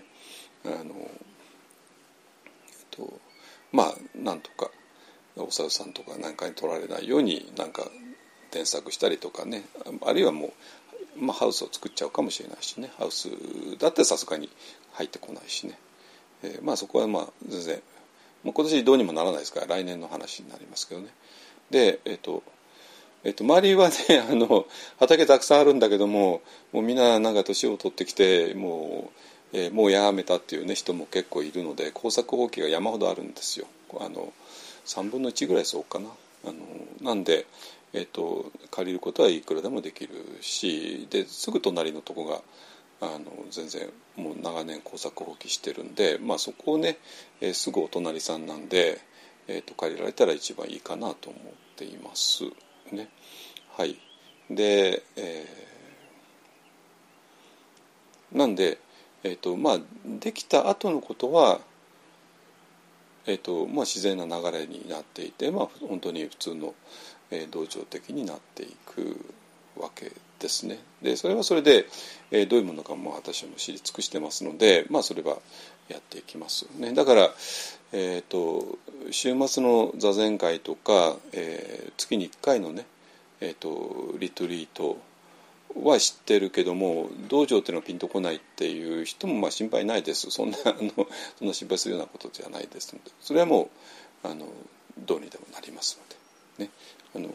まあなんとかお猿さんとかなんかに取られないようになんか添削したりとかねあるいはもうハウスを作っちゃうかもしれないしねハウスだってさすがに入ってこないしね、まあそこはまあ全然もう今年どうにもならないですから来年の話になりますけどね。で周りはね畑たくさんあるんだけどもうみんななんか年を取ってきてもうやめたっていうね人も結構いるので耕作放棄が山ほどあるんですよ。3分の1ぐらいそうかな。なんで借りることはいくらでもできるしですぐ隣のとこが全然もう長年耕作放棄してるんで、まあ、そこをね、すぐお隣さんなんで、借りられたら一番いいかなと思っていますね。はい。で、なんで、まあできた後のことはまあ、自然な流れになっていて、まあ、本当に普通の同調的になっていくわけですね。でそれはそれで、どういうものかも私も知り尽くしてますので、まあ、それはやっていきますね。だから、週末の座禅会とか、月に1回のね、リトリートは知ってるけども道場っていうのはピンとこないっていう人もまあ心配ないです。そんな心配するようなことじゃないですのでそれはもうどうにでもなりますのでね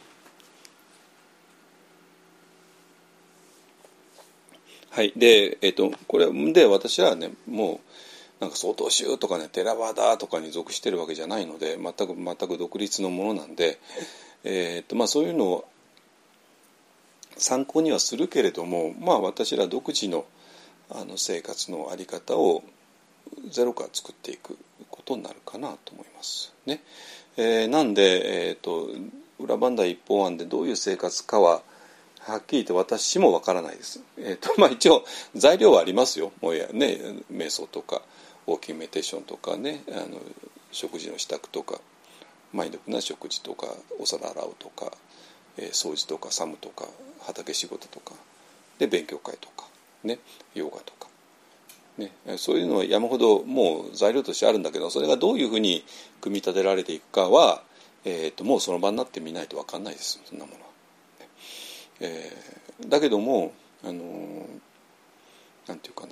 はいでこれで私はねもうなんか曹洞宗とかねテラワダとかに属してるわけじゃないので全く独立のものなんでまあそういうのを参考にはするけれども、まあ、私ら独自の生活の在り方をゼロから作っていくことになるかなと思いますね。なんで、裏磐梯一本案でどういう生活かははっきり言って私もわからないです。まあ、一応材料はありますよ。もうね、瞑想とかウォーキングメディテーションとかね食事の支度とかマインドフルな食事とかお皿洗うとか掃除とかサムとか畑仕事とかで勉強会とかねヨガとかねそういうのは山ほどもう材料としてあるんだけどそれがどういうふうに組み立てられていくかはもうその場になってみないと分かんないですそんなものは、だけどもなんていうかな、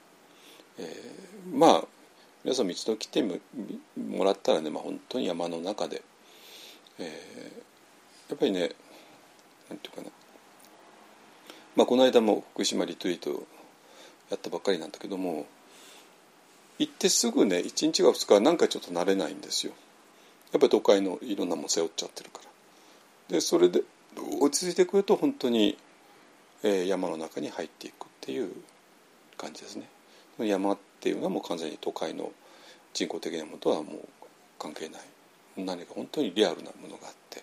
まあ皆さん一度来てもらったらね、まあ、本当に山の中で、やっぱりねなんていうかな、まあ、この間も福島リトリートやったばっかりなんだけども行ってすぐね1日か2日はなんかちょっと慣れないんですよ。やっぱり都会のいろんなもの背負っちゃってるからでそれで落ち着いてくると本当に、山の中に入っていくっていう感じですね。山っていうのはもう完全に都会の人工的なものとはもう関係ない何か本当にリアルなものがあって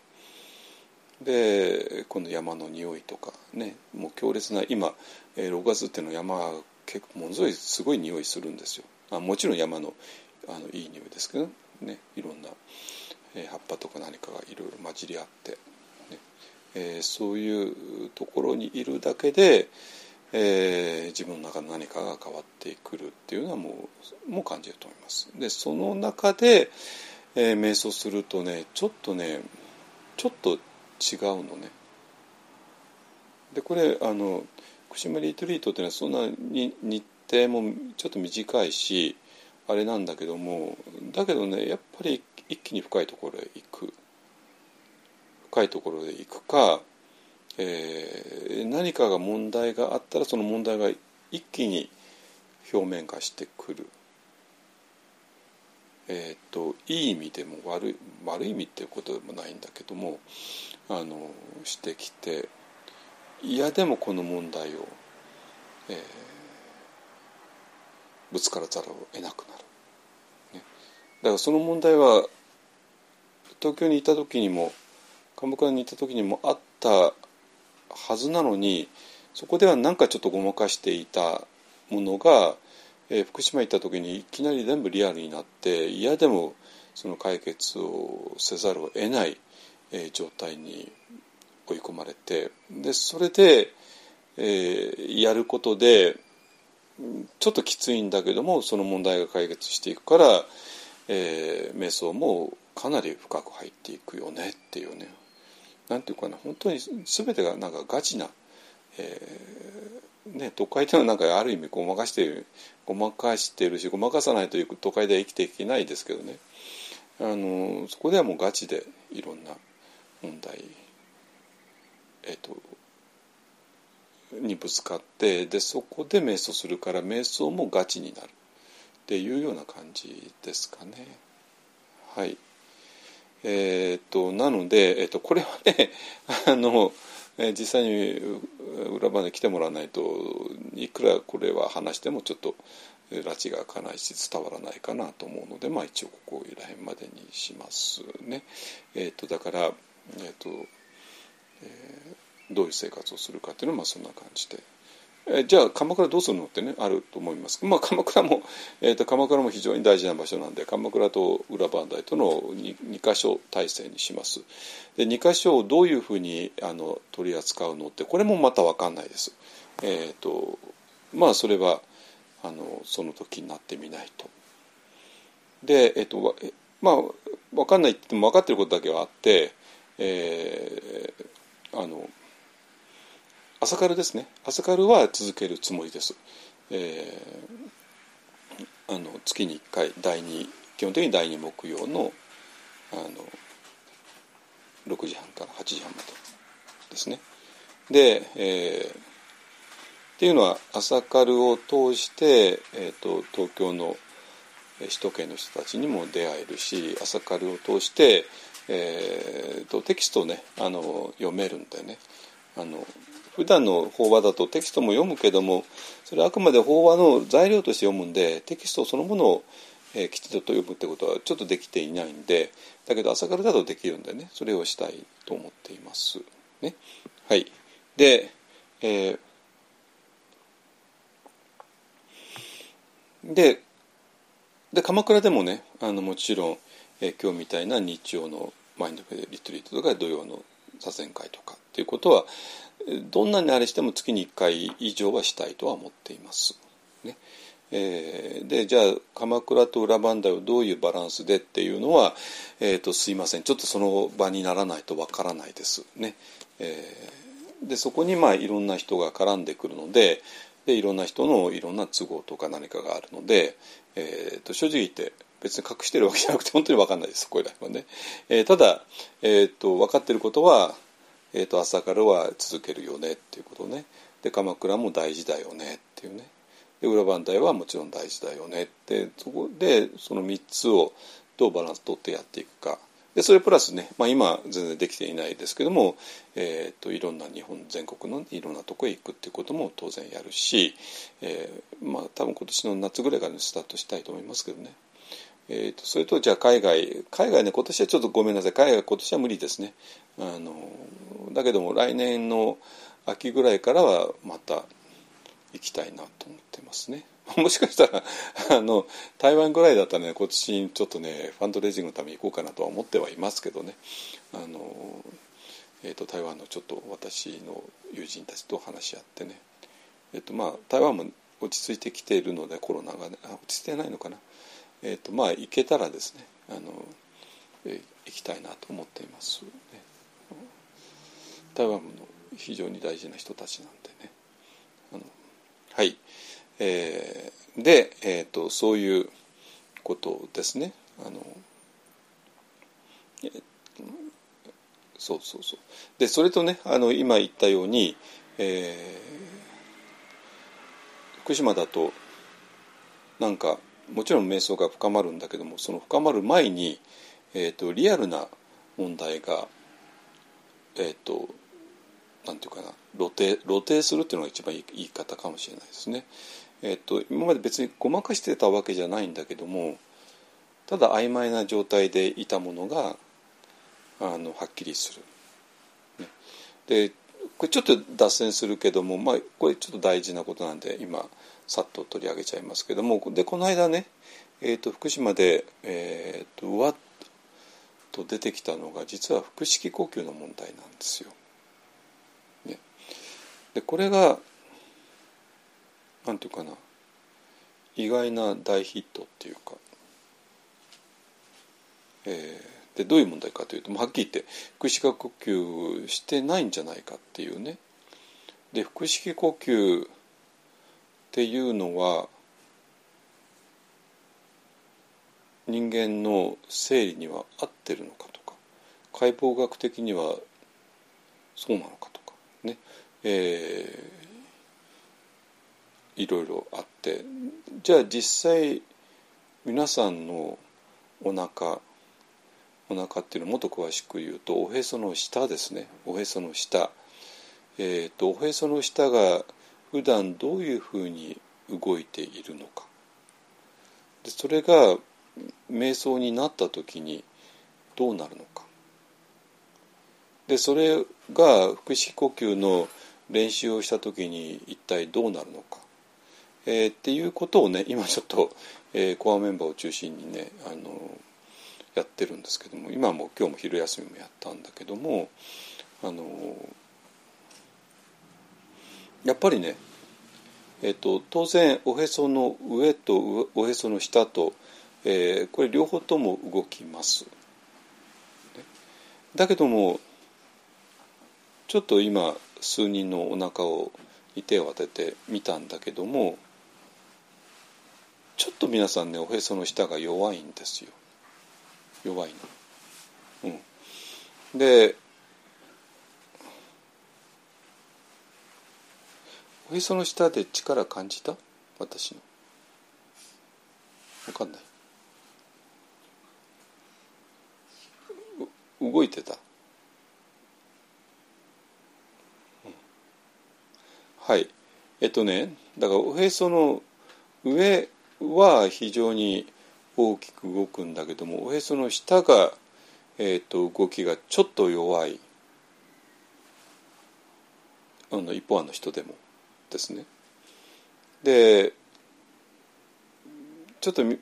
でこの山の匂いとかねもう強烈な今、6月っていうのは山結構ものすごい匂いするんですよ。もちろん山のいい匂いですけどねいろんな、葉っぱとか何かがいろいろ混じり合って、ねそういうところにいるだけで、自分の中の何かが変わってくるっていうのはもう感じると思います。でその中で、瞑想するとねちょっと違うのね。でこれ福島リトリートっていうのはそんなに日程もちょっと短いしあれなんだけどもだけどねやっぱり一気に深いところへ行くか、何かが問題があったらその問題が一気に表面化してくるいい意味でも悪い意味っていうことでもないんだけどもしてきて、いやでもこの問題を、ぶつからざるを得なくなる、ね、だからその問題は東京にいた時にも鎌倉にいた時にもあったはずなのに、そこではなんかちょっとごまかしていたものが、福島行った時にいきなり全部リアルになって、いやでもその解決をせざるを得ない、状態に追い込まれて、でそれで、やることでちょっときついんだけどもその問題が解決していくから、瞑想もかなり深く入っていくよねっていうね、なんていうかな、本当に全てがなんかガチな、都会っていうのはなんかある意味ごまかしているし、ごまかさないという都会では生きていけないですけどね、そこではもうガチでいろんな問題、にぶつかって、でそこで瞑想するから瞑想もガチになるっていうような感じですかね。はい。なので、これはね実際に裏番で来てもらわないといくらこれは話してもちょっと拉致が開かないし伝わらないかなと思うので、一応ここら辺までにしますね。だから、どういう生活をするかっていうのはそんな感じで、じゃあ鎌倉どうするのってねあると思います。鎌倉も、鎌倉も非常に大事な場所なんで、鎌倉と裏磐梯との 2箇所体制にします。で2箇所をどういうふうに取り扱うのってこれもまた分かんないです。それはその時になってみないと。で分かんないって言っても分かってることだけはあって、朝カルですね。朝カルは続けるつもりです。月に1回基本的に第2木曜の6時半から8時半までですね。で、っていうのは朝カルを通して、東京の首都圏の人たちにも出会えるし、朝カルを通して、テキストをね読めるんだよね。普段の法話だとテキストも読むけども、それはあくまで法話の材料として読むんで、テキストそのものを、きちんと読むってことはちょっとできていないんで、だけど朝からだとできるんでね、それをしたいと思っていますね。はい。で、鎌倉でもねもちろん、今日みたいな日曜のマインドフルリトリートとか土曜の座禅会とかっていうことはどんなにあれしても月に1回以上はしたいとは思っています、ね。でじゃあ鎌倉と裏磐梯をどういうバランスでっていうのは、すいませんちょっとその場にならないとわからないですね。でそこにいろんな人が絡んでくるので、いろんな人のいろんな都合とか何かがあるので、正直言って別に隠してるわけじゃなくて本当に分かんないです、これらはね。ただ、分かってることは、朝からは続けるよねっていうことね。で鎌倉も大事だよねっていうね。で裏磐梯はもちろん大事だよねって、そこでその3つをどうバランス取ってやっていくか。でそれプラスね、今全然できていないですけども、いろんな日本全国のいろんなとこへ行くっていうことも当然やるし、多分今年の夏ぐらいからスタートしたいと思いますけどね。それとじゃあ海外ね、今年はちょっとごめんなさい、海外今年は無理ですね。だけども来年の秋ぐらいからはまた行きたいなと思ってますね。もしかしたら台湾ぐらいだったらね、今年ちょっとねファンドレイジングのために行こうかなとは思ってはいますけどね。台湾のちょっと私の友人たちと話し合ってね、台湾も落ち着いてきているのでコロナがね落ち着いてないのかな。行けたらですね行きたいなと思っています、ね。台湾の非常に大事な人たちなんでね。はい。で、そういうことですね。そうでそれとね今言ったように、福島だとなんかもちろん瞑想が深まるんだけども、その深まる前に、リアルな問題が、なんていうかな、露呈するっていうのが一番いい言い方かもしれないですね。今まで別にごまかしてたわけじゃないんだけども、ただ曖昧な状態でいたものがはっきりする。ね、でこれちょっと脱線するけども、これちょっと大事なことなんで今さっと取り上げちゃいますけども、でこの間ね、福島で、うわっと出てきたのが実は腹式呼吸の問題なんですよ。ね、でこれがなんていうかな、意外な大ヒットっていうか、でどういう問題かというと、はっきり言って腹式呼吸してないんじゃないかっていうね。で腹式呼吸っていうのは人間の生理には合ってるのかとか、解剖学的にはそうなのかとかね、いろいろあって、じゃあ実際皆さんのお腹っていうのをもっと詳しく言うと、おへその下ですね。おへその下、おへその下が普段どういうふうに動いているのか、でそれが瞑想になった時にどうなるのか、でそれが腹式呼吸の練習をした時に一体どうなるのか、っていうことをね、今ちょっと、コアメンバーを中心にねやってるんですけども、今も今日も昼休みもやったんだけども、やっぱりね、当然おへその上とおへその下と、これ両方とも動きます。だけどもちょっと今数人のお腹に手を当ててみたんだけども、ちょっと皆さんね、おへその下が弱いんですよ。弱いの。でおへその下で力感じた？私の。分かんない。動いてた。はい。だからおへその上は非常に大きく動くんだけども、おへその下が、動きがちょっと弱い、一方の人でもですね。でちょっと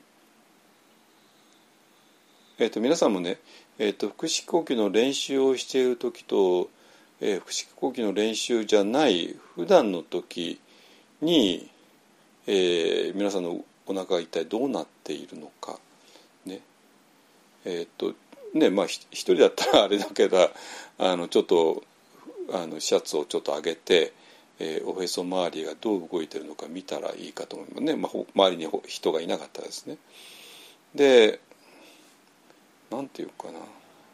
皆さんもね、腹式呼吸の練習をしている時と、腹式呼吸の練習じゃない普段の時に、皆さんのお腹が一体どうなっているのかね。一人だったらあれだけど、ちょっとシャツをちょっと上げて、おへそ周りがどう動いているのか見たらいいかと思いますね。周りに人がいなかったですね。でなんていうかな、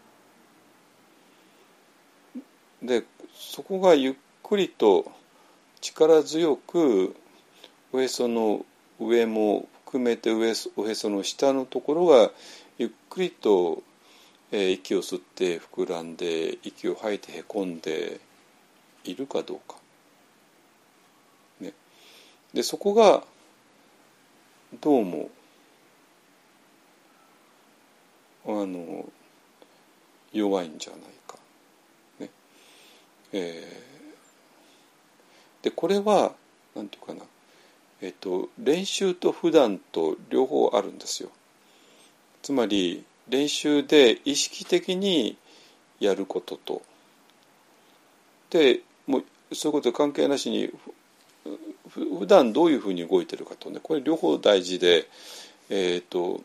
でそこがゆっくりと力強くおへその上も含めておへその下のところがゆっくりと、息を吸って膨らんで息を吐いてへこんでいるかどうか、ね、でそこがどうも弱いんじゃないか、ね。でこれはなんていうかな、練習と普段と両方あるんですよ。つまり練習で意識的にやることと、でもうそういうこと関係なしに普段どういうふうに動いてるかとね、これ両方大事で、で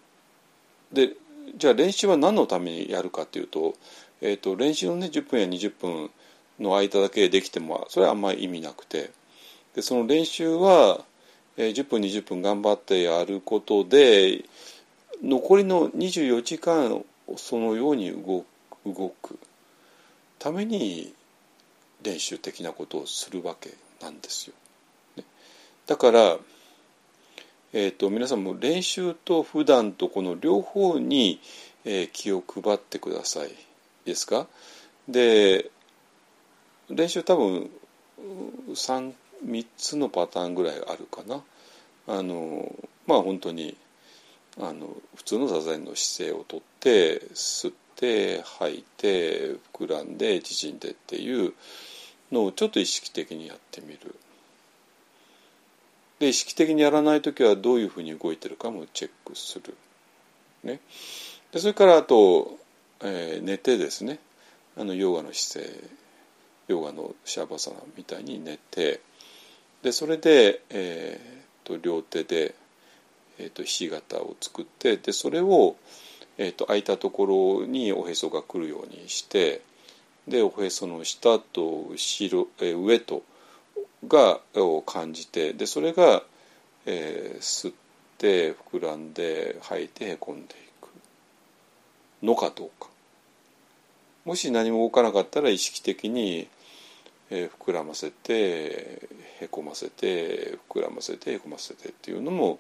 じゃあ練習は何のためにやるかというと、練習のね10分や20分の間だけできてもそれはあんまり意味なくて、でその練習は、10分20分頑張ってやることで残りの24時間そのように動くために練習的なことをするわけなんですよ。ね、だから、 皆さんも練習と普段とこの両方に、気を配ってくださいですか。で練習多分3つのパターンぐらいあるかな。本当に普通の座禅の姿勢をとって吸って吐いて膨らんで縮んでっていうのをちょっと意識的にやってみる。で意識的にやらないときはどういうふうに動いてるかもチェックする、ね、でそれからあと、寝てですねヨガの姿勢ヨガのシャバサナみたいに寝てでそれで、両手で、ひし形を作ってでそれを、空いたところにおへそが来るようにしてでおへその下と後ろ、上とを感じてでそれが、吸って膨らんで吐いてへこんでいくのかどうか。もし何も動かなかったら意識的に、膨らませてへこませて膨らませてへこませてっていうのも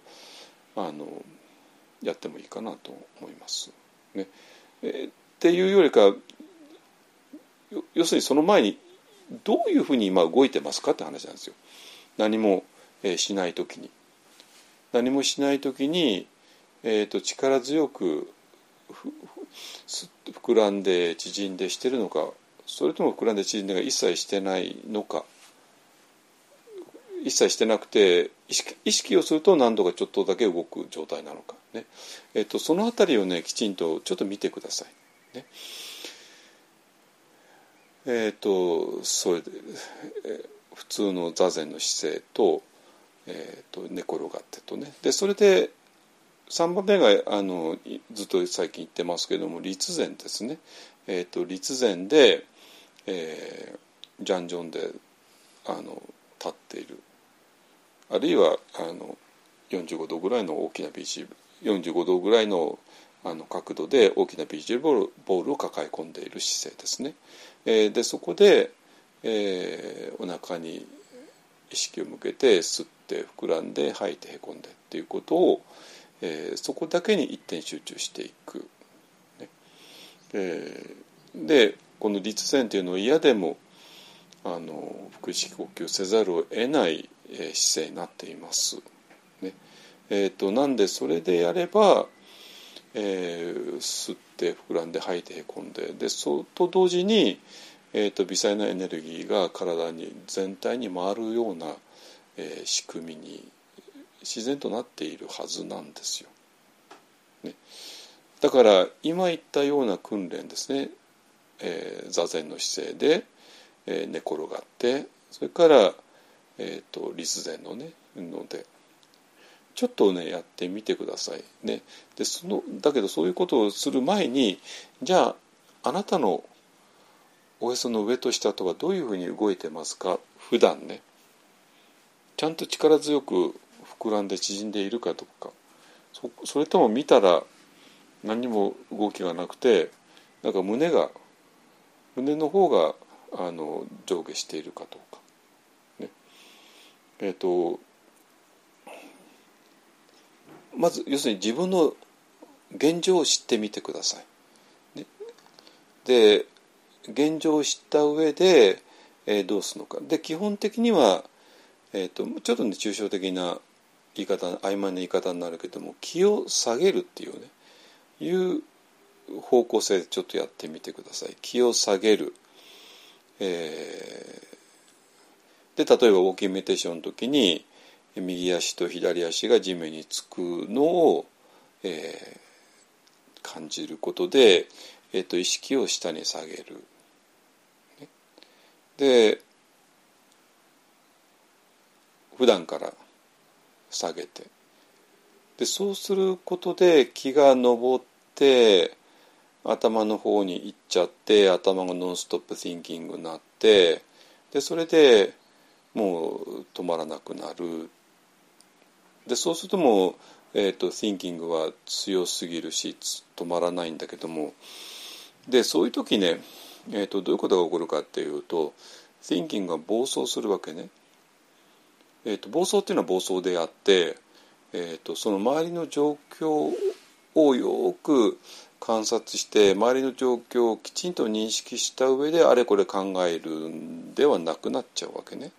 やってもいいかなと思います、ね。っていうよりか要するにその前にどういうふうに今動いてますかって話なんですよ。何もしないときに力強く膨らんで縮んでしてるのかそれとも膨らんで縮んでが一切してないのか一切してなくて意識をすると何度かちょっとだけ動く状態なのか、ねそのあたりをねきちんとちょっと見てください、ね。それで、普通の座禅の姿勢と、寝転がってとねでそれで3番目がずっと最近言ってますけども立禅ですね。立禅で、ジャンジョンで立っているあるいは45度ぐらいの大きなビーチ45度ぐらいの角度で大きなビーチボールを抱え込んでいる姿勢ですね。でそこで、お腹に意識を向けて吸って膨らんで吐いてへこんでっていうことを、そこだけに一点集中していく、ね。でこの立禅というのは嫌でも腹式呼吸せざるを得ない、姿勢になっています、ね。なんでそれでやれば、吸って膨らんで吐いてへこんでそと同時に、微細なエネルギーが体に全体に回るような、仕組みに自然となっているはずなんですよ、ね。だから今言ったような訓練ですね、座禅の姿勢で、寝転がってそれから、立禅のねのでちょっとねやってみてくださいね。でだけどそういうことをする前にじゃああなたのおへその上と下とはどういうふうに動いてますか普段ね。ちゃんと力強く膨らんで縮んでいるかどうか それとも見たら何も動きがなくてなんか胸の方が上下しているかどうか、ね。まず要するに自分の現状を知ってみてください、ね。で現状を知った上で、どうするのかで基本的には、ちょっとね抽象的な言い方曖昧な言い方になるけども気を下げるっていうねいう方向性でちょっとやってみてください。気を下げる、で例えばウォーキングメディテーションの時に右足と左足が地面につくのを、感じることで、意識を下に下げる。で普段から下げてでそうすることで気が上って頭の方に行っちゃって頭がノンストップ thinking になってでそれでもう止まらなくなる。でそうするともう、thinking は強すぎるし止まらないんだけどもでそういう時ね、どういうことが起こるかっていうと thinking が暴走するわけね。暴走っていうのは暴走であって、 その周りの状況をよく観察して周りの状況をきちんと認識した上であれこれ考えるんではなくなっちゃうわけね。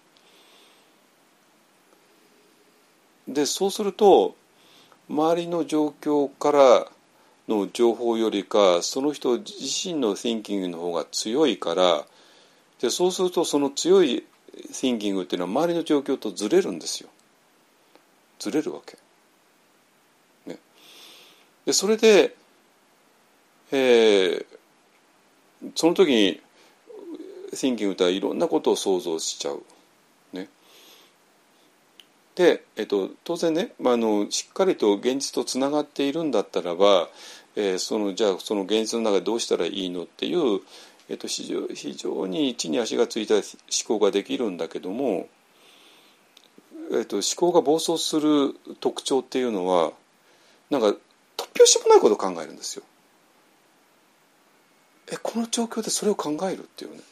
でそうすると周りの状況からの情報よりかその人自身の thinking の方が強いからでそうするとその強い thinking っていうのは周りの状況とずれるんですよ。ずれるわけ。ね、でそれで、その時に thinking っていろんなことを想像しちゃう。ね、で、当然ね、しっかりと現実とつながっているんだったらば、じゃあその現実の中でどうしたらいいのっていう、非常に地に足がついた思考ができるんだけども、思考が暴走する特徴っていうのはなんか突拍子もないことを考えるんですよ。この状況でそれを考えるっていうね。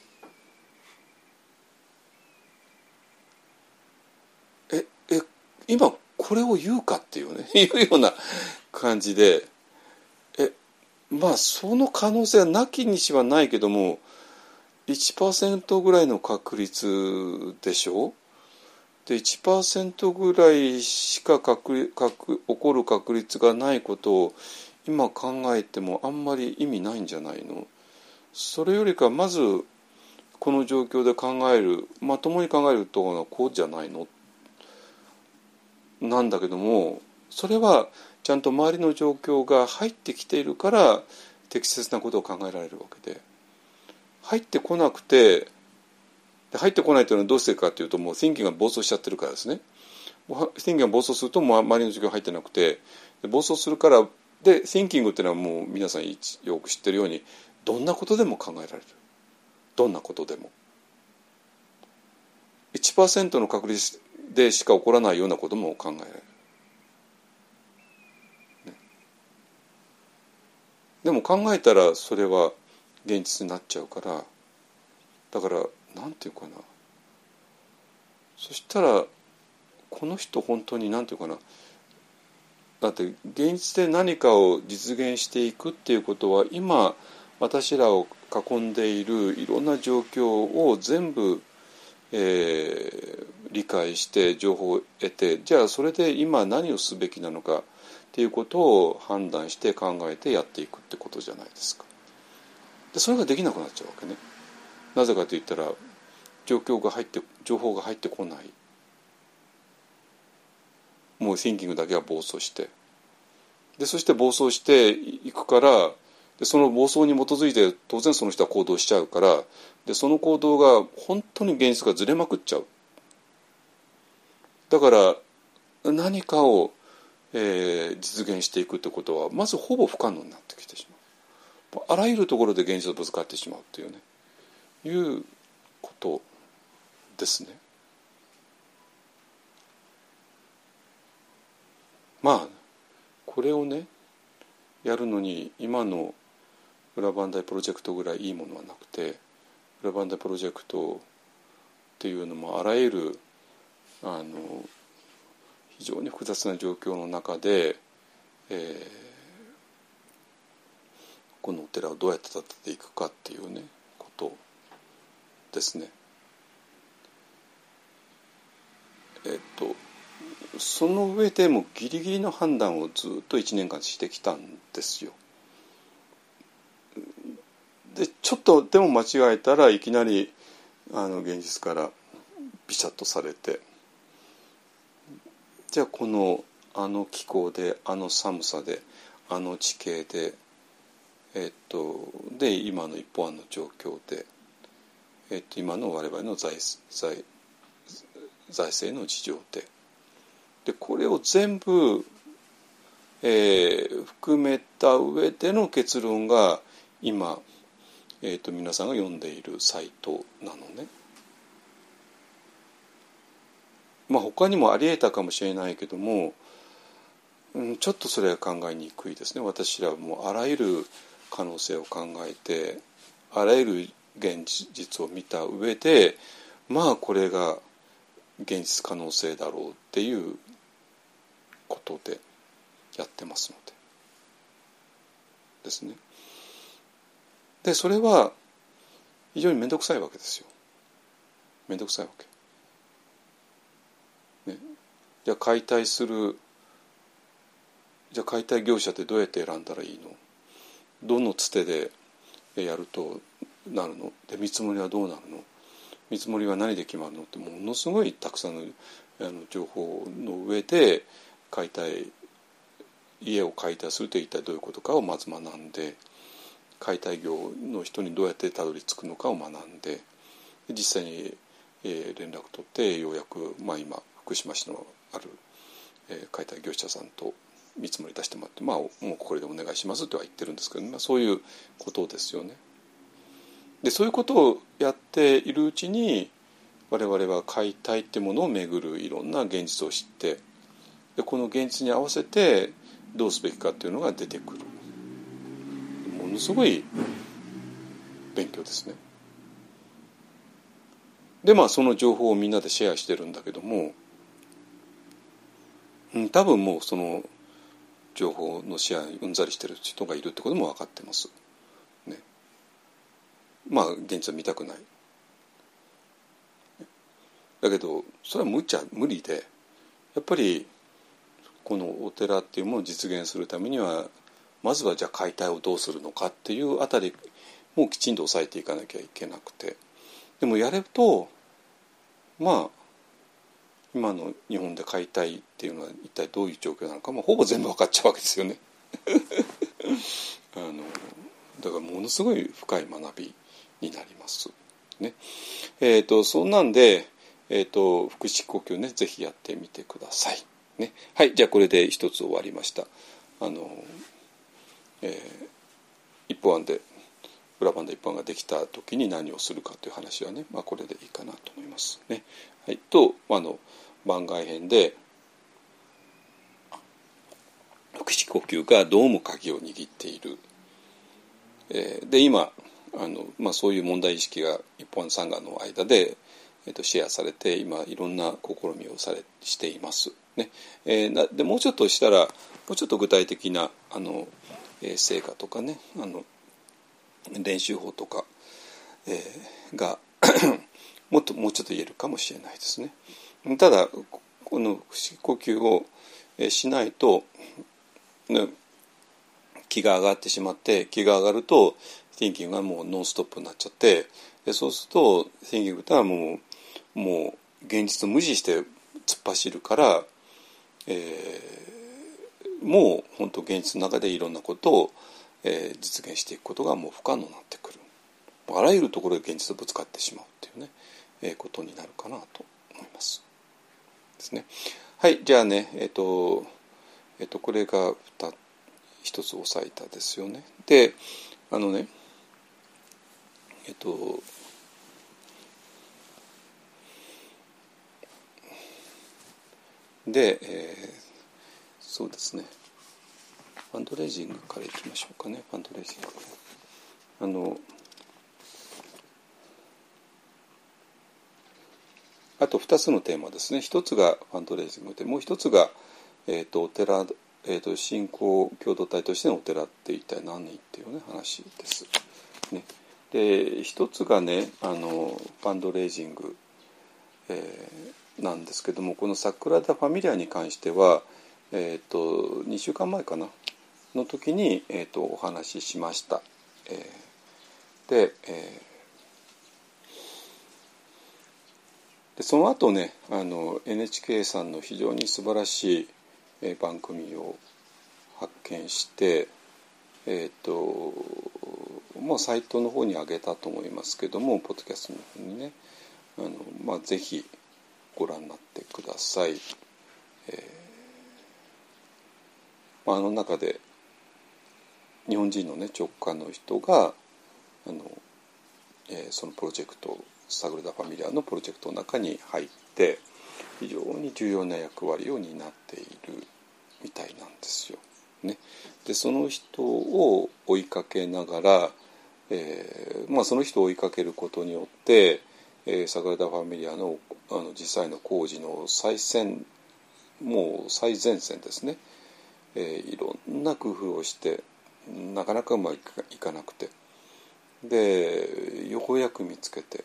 今これを言うかっていうねいうような感じでまあその可能性はなきにしはないけども 1% ぐらいの確率でしょ。で 1% ぐらいしか起こる確率がないことを今考えてもあんまり意味ないんじゃないの。それよりかまずこの状況で考えるまともに考えるとはこうじゃないのなんだけどもそれはちゃんと周りの状況が入ってきているから適切なことを考えられるわけで入ってこなくて入ってこないというのはどうしてかというともう thinking が暴走しちゃってるからですね。thinking が暴走すると周りの状況が入ってなくて暴走するからで thinking っていうのはもう皆さんよく知ってるようにどんなことでも考えられる。どんなことでも 1% の確率でしか起こらないようなことも考えられる、ね、でも考えたらそれは現実になっちゃうからだからなんていうかなそしたらこの人本当になんていうかなだって現実で何かを実現していくっていうことは今私らを囲んでいるいろんな状況を全部理解して情報を得てじゃあそれで今何をすべきなのかっていうことを判断して考えてやっていくってことじゃないですか。でそれができなくなっちゃうわけね。なぜかといったら情報が入ってこないもう thinking だけは暴走してでそして暴走していくからでその暴走に基づいて当然その人は行動しちゃうからでその行動が本当に現実がずれまくっちゃう。だから何かを、実現していくってことはまずほぼ不可能になってきてしまう。あらゆるところで現実とぶつかってしまうっていうねいうことですね。まあこれをねやるのに今の裏磐梯プロジェクトぐらいいいものはなくて裏磐梯プロジェクトっていうのもあらゆる非常に複雑な状況の中で、このお寺をどうやって建てていくかっていうねことですね。その上でもギリギリの判断をずっと1年間してきたんですよ。でちょっとでも間違えたらいきなり現実からビシャッとされてじゃあ気候で寒さで地形でで今の一方案の状況で、今の我々の財政の事情でこれを全部、含めた上での結論が今、皆さんが読んでいるサイトなのね。まあ他にもありえたかもしれないけども、ちょっとそれは考えにくいですね。私らはもうあらゆる可能性を考えてあらゆる現実を見た上でまあこれが現実可能性だろうっていうことでやってますのでですね。でそれは非常に面倒くさいわけですよ。面倒くさいわけ、ね、じゃあ解体業者ってどうやって選んだらいいの、どのつてでやるとなるので、見積もりはどうなるの、見積もりは何で決まるのって、ものすごいたくさんの情報の上で家を解体すると一体どういうことかをまず学んで、解体業の人にどうやってたどり着くのかを学んで、実際に連絡取ってようやく、今福島市のある解体業者さんと見積もり出してもらって、もうこれでお願いしますとは言ってるんですけど、そういうことですよね。でそういうことをやっているうちに我々は解体っていうものをめぐるいろんな現実を知って、でこの現実に合わせてどうすべきかっていうのが出てくる。ものすごい勉強ですね。でその情報をみんなでシェアしてるんだけども、多分もうその情報のシェアにうんざりしてる人がいるってことも分かってます、ね。現実は見たくない。だけどそれは無理で、やっぱりこのお寺っていうものを実現するためには、まずはじゃあ解体をどうするのかっていうあたりもきちんと押さえていかなきゃいけなくて、でもやれると今の日本で解体っていうのは一体どういう状況なのか、ほぼ全部分かっちゃうわけですよねだからものすごい深い学びになりますね。そんなんで、腹式呼吸ね、ぜひやってみてくださいね。はい、じゃあこれで一つ終わりました。一方案で裏番で一般ができた時に何をするかという話はね、これでいいかなと思いますね。はい、と番外編で腹式呼吸がどうも鍵を握っている。で今そういう問題意識が一般参加の間で、シェアされて、今いろんな試みをしていますね。でもうちょっとしたら、もうちょっと具体的な成果とかね、練習法とか、がもうちょっと言えるかもしれないですね。ただこの腹式呼吸をしないと、気が上がってしまって、気が上がると Thinking がもうノンストップになっちゃって、でそうすると Thinking とはもう現実を無視して突っ走るから、もう本当現実の中でいろんなことを、実現していくことがもう不可能になってくる。あらゆるところで現実とぶつかってしまうっていうね、ことになるかなと思いますですね。はい、じゃあね、これが一つ押さえたですよね。でそうですね、ファンドレイジングからいきましょうかね。ファンドレイジング、あと2つのテーマですね。1つがファンドレイジングで、もう1つが、お寺、信仰共同体としてのお寺って一体何っていうね話です、ね。で1つがねファンドレイジング、なんですけども、このサグラダ・ファミリアに関しては、2週間前かなの時に、お話ししました。でその後ねNHK さんの非常に素晴らしい番組を発見して、もうサイトの方に上げたと思いますけども、ポッドキャストの方にねぜひご覧になってください。中で日本人のね直感の人がそのプロジェクトサグラダ・ファミリアのプロジェクトの中に入って非常に重要な役割を担っているみたいなんですよ、ね。でその人を追いかけながら、その人を追いかけることによって、サグラダ・ファミリアの実際の工事の最先もう最前線ですね。いろんな工夫をしてなかなかうまくいかなくて、でようやく見つけて、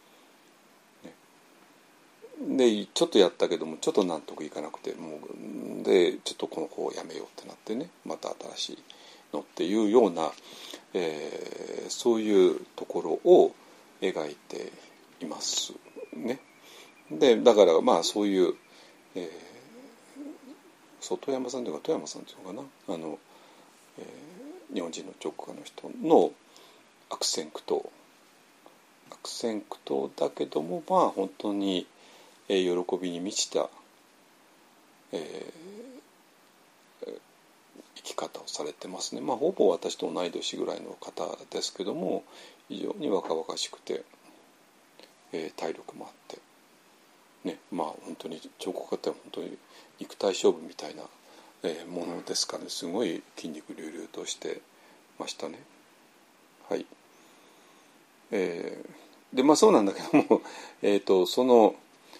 でちょっとやったけどもちょっと納得いかなくて、もうでちょっとこの子をやめようってなってね、また新しいのっていうような、そういうところを描いていますね。でだからまあそういう、外山さんというか富山さんというのかな、日本人の彫刻家の人の悪戦苦闘だけども、まあ本当に喜びに満ちた、生き方をされてますね。まあほぼ私と同い年ぐらいの方ですけども、非常に若々しくて、体力もあってね、まあ本当に彫刻家って本当に肉体勝負みたいな、ものですからね、すごい筋肉隆々としてましたね。はい。でまあそうなんだけどもその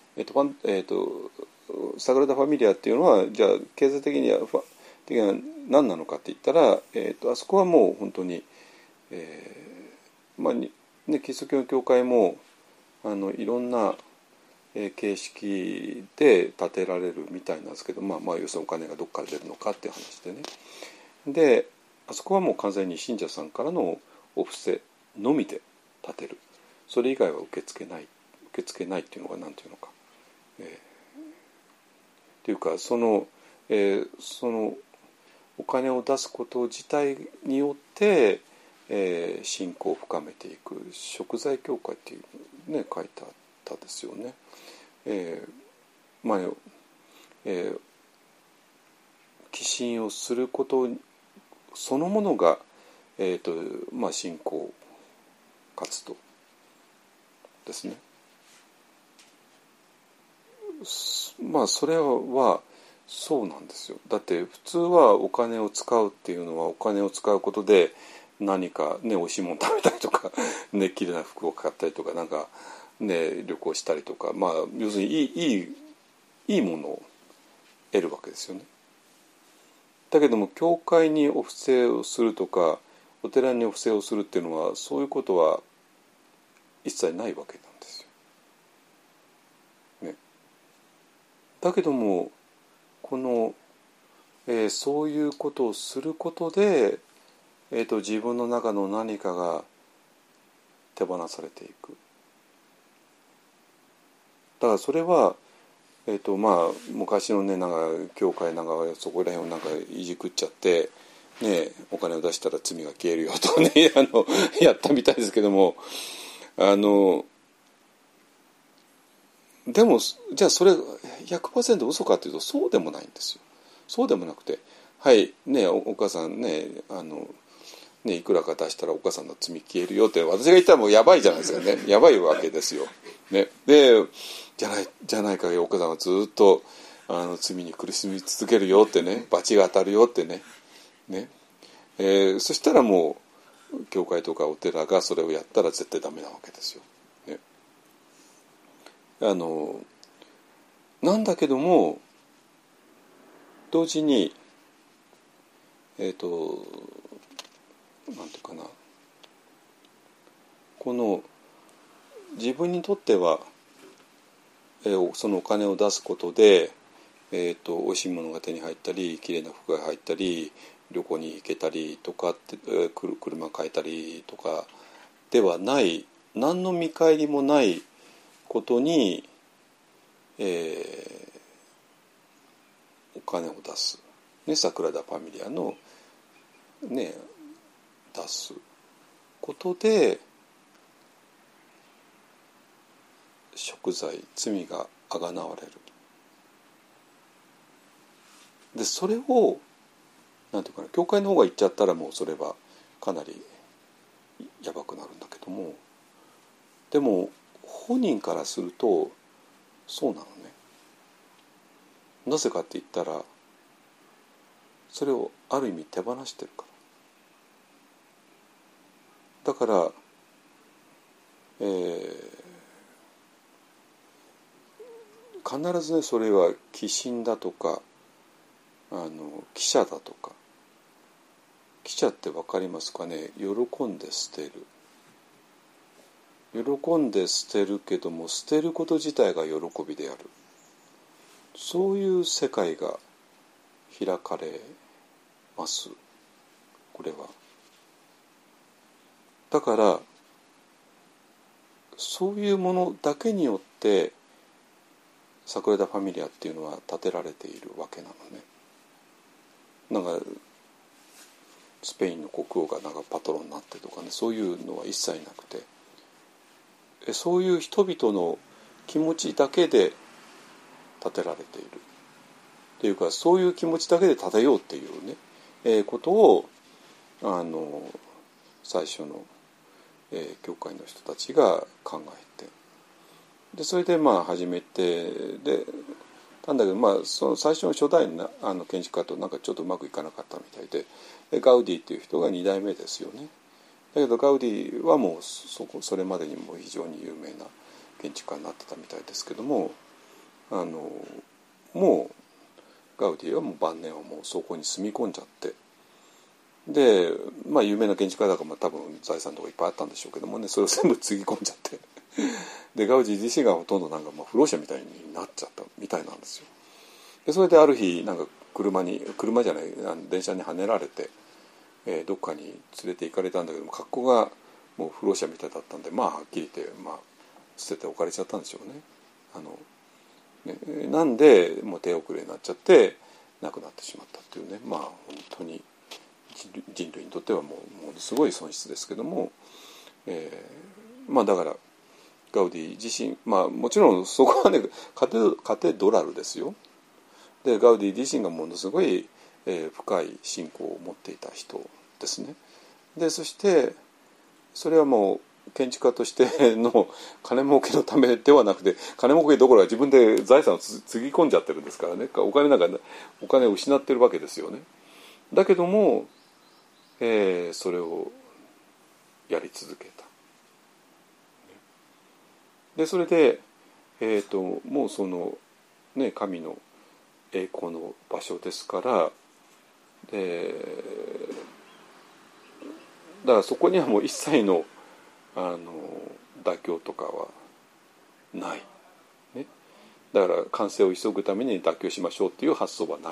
サグラダ・ファミリアっていうのはじゃあ経済的には何なのかって言ったら、あそこはもう本当に、まあね、キリスト教の教会もいろんな形式で建てられるみたいなんですけど、まあ要するにお金がどっから出るのかっていう話でね。であそこはもう完全に信者さんからのお布施のみで建てる、それ以外は受け付けないっていうのが何ていうのか、っていうかそのお金を出すこと自体によって、信仰を深めていく贖罪教会っていうね書いてあったですよね。寄進をすることそのものが、信仰活動ですね。まあそれはそうなんですよ。だって普通はお金を使うっていうのはお金を使うことで何かね美味しいもの食べたりとかね綺麗な服を買ったりとかなんかね旅行したりとか、まあ要するにいいものを得るわけですよね。だけども教会にお布施をするとかお寺にお布施をするっていうのはそういうことは一切ないわけなんですよ。ね、だけどもこの、そういうことをすることで、自分の中の何かが手放されていく。だからそれは、まあ昔のねなんか教会なんかそこら辺をなんかいじくっちゃってねお金を出したら罪が消えるよとかねやったみたいですけどもでもじゃあそれ 100% 嘘かというとそうでもないんですよ。そうでもなくてはいねお母さんねねいくらか出したらお母さんの罪消えるよって私が言ったらもうやばいじゃないですかね。やばいわけですよ。ね、でじゃないかお母さんはずっと罪に苦しみ続けるよってね罰が当たるよってねそしたらもう教会とかお寺がそれをやったら絶対ダメなわけですよ。ね、なんだけども同時になんていうかなこの自分にとっては、そのお金を出すことで、美味しいものが手に入ったりきれいな服が入ったり旅行に行けたりとかって、車買えたりとかではない何の見返りもないことに、お金を出す、ね、サグラダ・ファミリアの、ね、出すことで贖罪罪があがなわれる。でそれをなんていうかな教会の方が言っちゃったらもうそれはかなりやばくなるんだけどもでも本人からするとそうなのね。なぜかって言ったらそれをある意味手放してるからだから、 必ずねそれは寄進だとか記者だとか、記者って分かりますかね。喜んで捨てる、喜んで捨てるけども捨てること自体が喜びである、そういう世界が開かれます。これはだからそういうものだけによってサグラダ・ファミリアっていうのは建てられているわけなのね。なんかスペインの国王がなんかパトロンになってとかね、そういうのは一切なくて、そういう人々の気持ちだけで建てられているっていうか、そういう気持ちだけで建てようっていうね、ことを最初の、教会の人たちが考えて、でそれでまあ始めて、でなんだけど、まあその最初の初代の建築家となんかちょっとうまくいかなかったみたいで、ガウディっていう人が2代目ですよね。だけどガウディはもうそれまでにも非常に有名な建築家になってたみたいですけども、もうガウディはもう晩年はもうそこに住み込んじゃって、でまあ有名な建築家だから多分財産とかいっぱいあったんでしょうけどもね、それを全部つぎ込んじゃってでガウディ自身がほとんどなんか不老者みたいになっちゃったみたいなんですよ。でそれである日なんか車じゃない電車にはねられて、どっかに連れて行かれたんだけども、格好がもう不老者みたいだったんで、まあはっきり言って、まあ、捨てて置かれちゃったんでしょうね。なんでもう手遅れになっちゃって亡くなってしまったっていうね、まあ本当に人類にとってはものすごい損失ですけども、まあだからガウディ自身、まあもちろんそこはねカテドラルですよ。でガウディ自身がものすごい、深い信仰を持っていた人ですね。でそしてそれはもう建築家としての金儲けのためではなくて、金儲けどころか自分で財産をつぎ込んじゃってるんですからね、お金を失ってるわけですよね。だけども、それをやり続けた。でそれで、もうその、ね、神の栄光の場所ですから、だからそこにはもう一切の、妥協とかはない、ね、だから完成を急ぐために妥協しましょうっていう発想はない、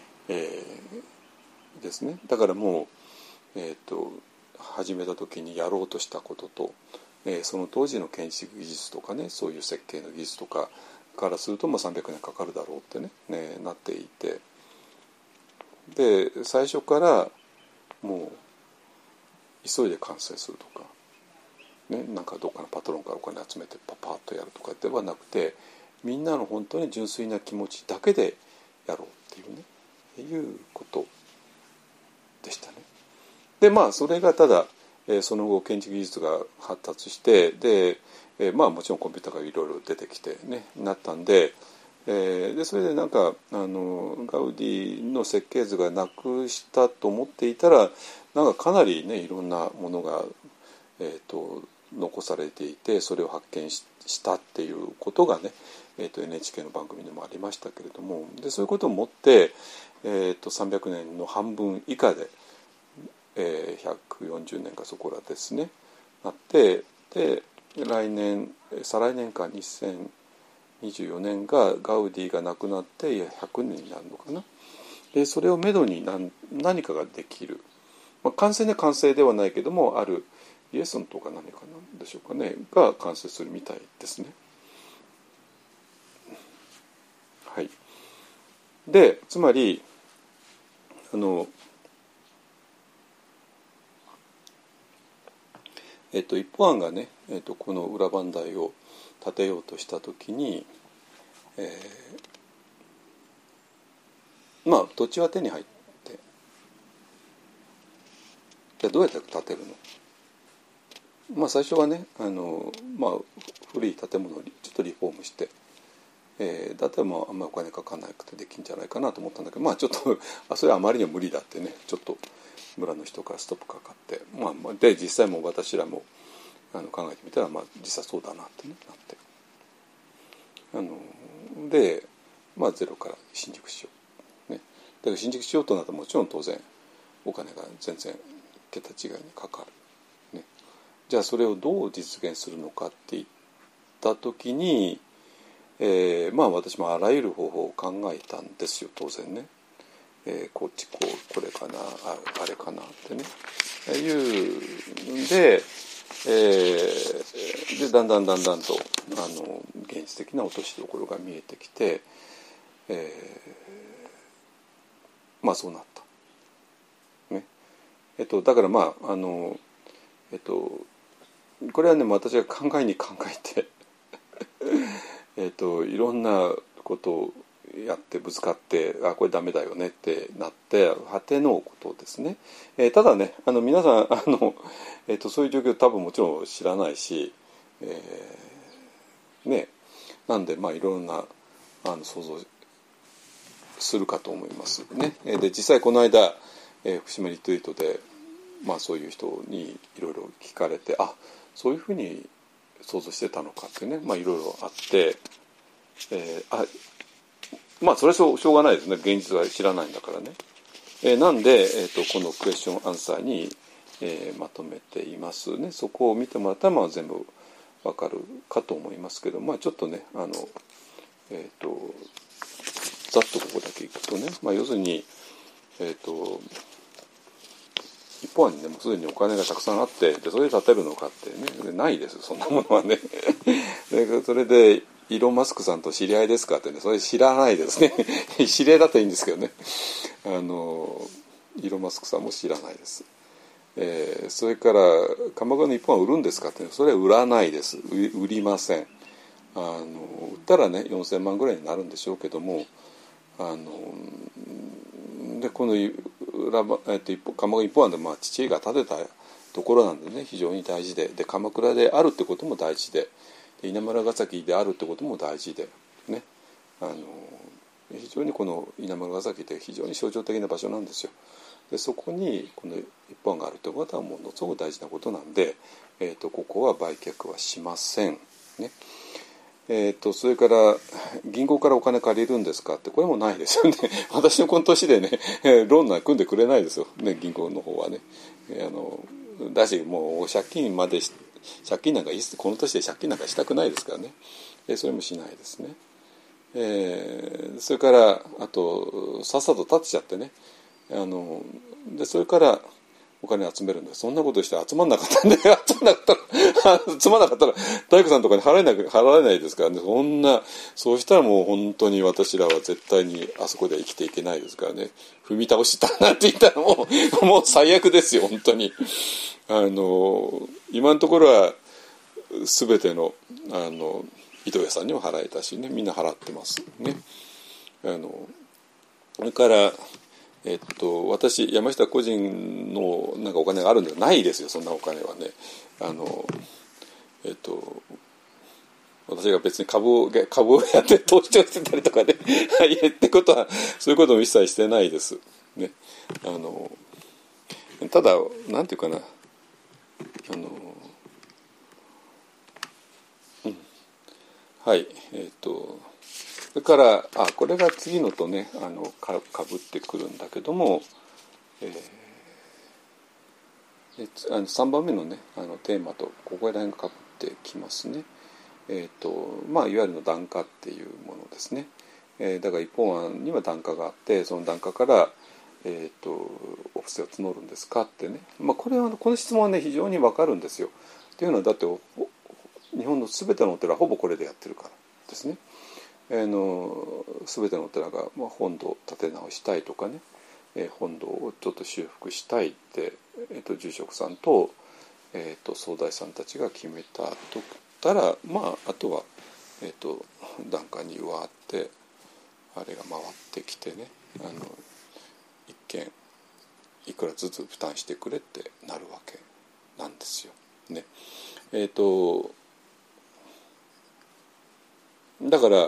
ですね。だからもう、始めた時にやろうとしたことと、その当時の建築技術とかね、そういう設計の技術とかからすると、300年かかるだろうってね、なっていて、で最初からもう急いで完成するとか、ね、なんかどっかのパトロンからお金集めてパッとやるとかではなくて、みんなの本当に純粋な気持ちだけでやろうっていうね、いうことでしたね。でまあそれがただ、その後建築技術が発達して、で、まあもちろんコンピューターがいろいろ出てきてねなったんで、でそれでなんかガウディの設計図がなくしたと思っていたら、なんかかなりねいろんなものが、残されていて、それを発見したっていうことがね、NHK の番組でもありましたけれども、でそういうことをもって、300年の半分以下で、140年かそこらですねなって、で再来年か2024年がガウディが亡くなって100年になるのかな。でそれをめどに何かができる、完成ではないけども、あるイエソンとか何かなんでしょうかねが完成するみたいですね。はい。でつまり一方案がね、この裏磐梯を建てようとしたときに、まあ土地は手に入って、じゃあどうやって建てるの。最初はね古い建物をちょっとリフォームして、だったらあんまりお金かかんなくてできるんじゃないかなと思ったんだけど、ちょっとそれはあまりにも無理だってね、ちょっと村の人からストップかかって、で実際も私らも考えてみたら、実際そうだなってねなって、 で、ゼロから新築しよう、ね、だから新築しようとなったらもちろん当然お金が全然桁違いにかかる、ね、じゃあそれをどう実現するのかっていった時に、私もあらゆる方法を考えたんですよ当然ね、こっちこれかな あれかなってねいうんで、でだんだんと現実的な落としどころが見えてきて、そうなった、ねだからこれはね私が考えていろんなことをやってぶつかってこれダメだよねってなって果てのことですね、ただね皆さんそういう状況多分もちろん知らないし、なんでいろんな想像するかと思いますね。で実際この間、福島リトリートで、そういう人にいろいろ聞かれてそういうふうに想像してたのかってねいろいろあって、それはしょうがないですね現実は知らないんだからね。なんで、このクエスチョンアンサーに、まとめていますね。そこを見てもらったら全部わかるかと思いますけどちょっとねざっとここだけいくとね、要するに一方にねもうすでにお金がたくさんあってでそれで建てるのかってねないですそんなものはねそれでイーロン・マスクさんと知り合いですかってねそれ知らないですね知り合いだといいんですけどねイーロン・マスクさんも知らないです、それから鎌倉の一本は売るんですかって、ね、それは売らないです売りません売ったらね4000万ぐらいになるんでしょうけどもでこの鎌倉一本庵で父が建てたところなんでね非常に大事で鎌倉であるってことも大事で稲村ヶ崎であるってことも大事でね非常にこの稲村ヶ崎って非常に象徴的な場所なんですよ。でそこにこの一本があるということはものすごく大事なことなんで、ここは売却はしませんね。それから銀行からお金借りるんですかってこれもないですよね私のこの年でねローンなんか組んでくれないですよ、ね、銀行の方はねだしもう借金なんかこの年で借金なんかしたくないですからねそれもしないですね、それからあとさっさと建てちゃってねでそれからお金集めるんでそんなことして集まんなかったんで集まんなかったら大工さんとかに払えないですからねそうしたらもう本当に私らは絶対にあそこでは生きていけないですからね踏み倒したなんて言ったらもう最悪ですよ本当に今のところは全ての糸屋さんにも払えたしねみんな払ってますねそれから私山下個人のなんかお金があるんではないですよそんなお金はね私が別に株をやって投資をしてたりとかねってことはそういうことも一切してないですねただなんていうかなはいそれからこれが次のとねかぶってくるんだけども、3番目のねテーマとここら辺がかぶってきますね。いわゆるの檀家っていうものですね。だから一本案には檀家があってその檀家からお布施を募るんですかってね、この質問はね非常に分かるんですよ。っていうのはだって日本の全てのお寺はほぼこれでやってるからですね。全てのお寺が本堂を建て直したいとかね、本堂をちょっと修復したいって、住職さんと、総大さんたちが決めたとったらあとは、檀家にわーってあれが回ってきてね一件いくらずつ負担してくれってなるわけなんですよ。ねだから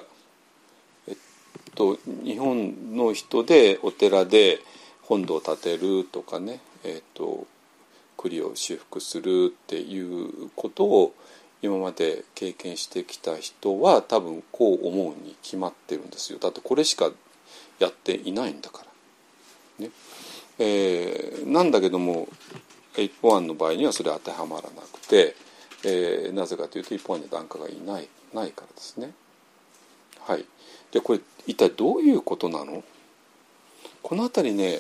日本の人でお寺で本堂を建てるとかね、庫裏を修復するっていうことを今まで経験してきた人は多分こう思うに決まってるんですよ。だってこれしかやっていないんだから、ねなんだけども一方案の場合にはそれは当てはまらなくて、なぜかというと一方案に檀家がないからですね。はい。でこれ一体どういうことなの？このあたりね、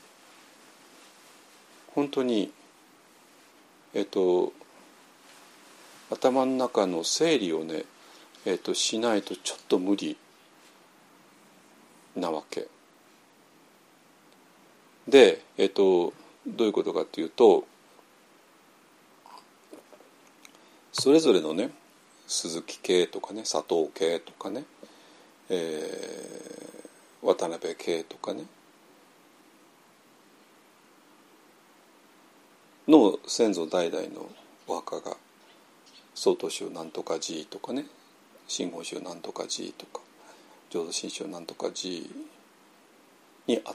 本当に頭の中の整理をね、しないとちょっと無理なわけで、どういうことかというと、それぞれのね鈴木家とかね佐藤家とかね、渡辺家とかねの先祖代々のお墓が曹洞宗なんとか寺とかね真言宗なんとか寺とか浄土真宗なんとか寺にあって、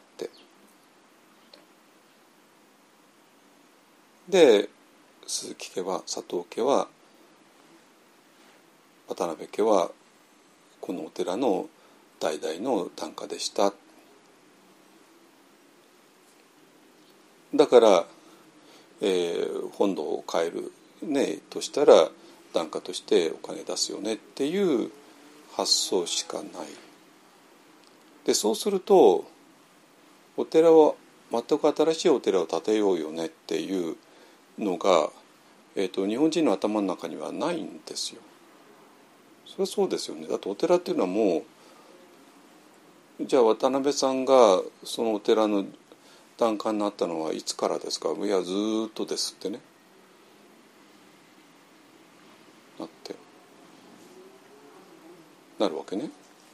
で鈴木家は佐藤家は渡辺家はこのお寺の代々の檀家でした。だから、本堂を変えるねとしたら檀家としてお金出すよねっていう発想しかない。でそうするとお寺は全く新しいお寺を建てようよねっていうのが、日本人の頭の中にはないんですよ。それはそうですよね。だってお寺っていうのはもう、じゃあ渡辺さんがそのお寺の檀家になったのはいつからですか？いやずっとですってねなるわけね。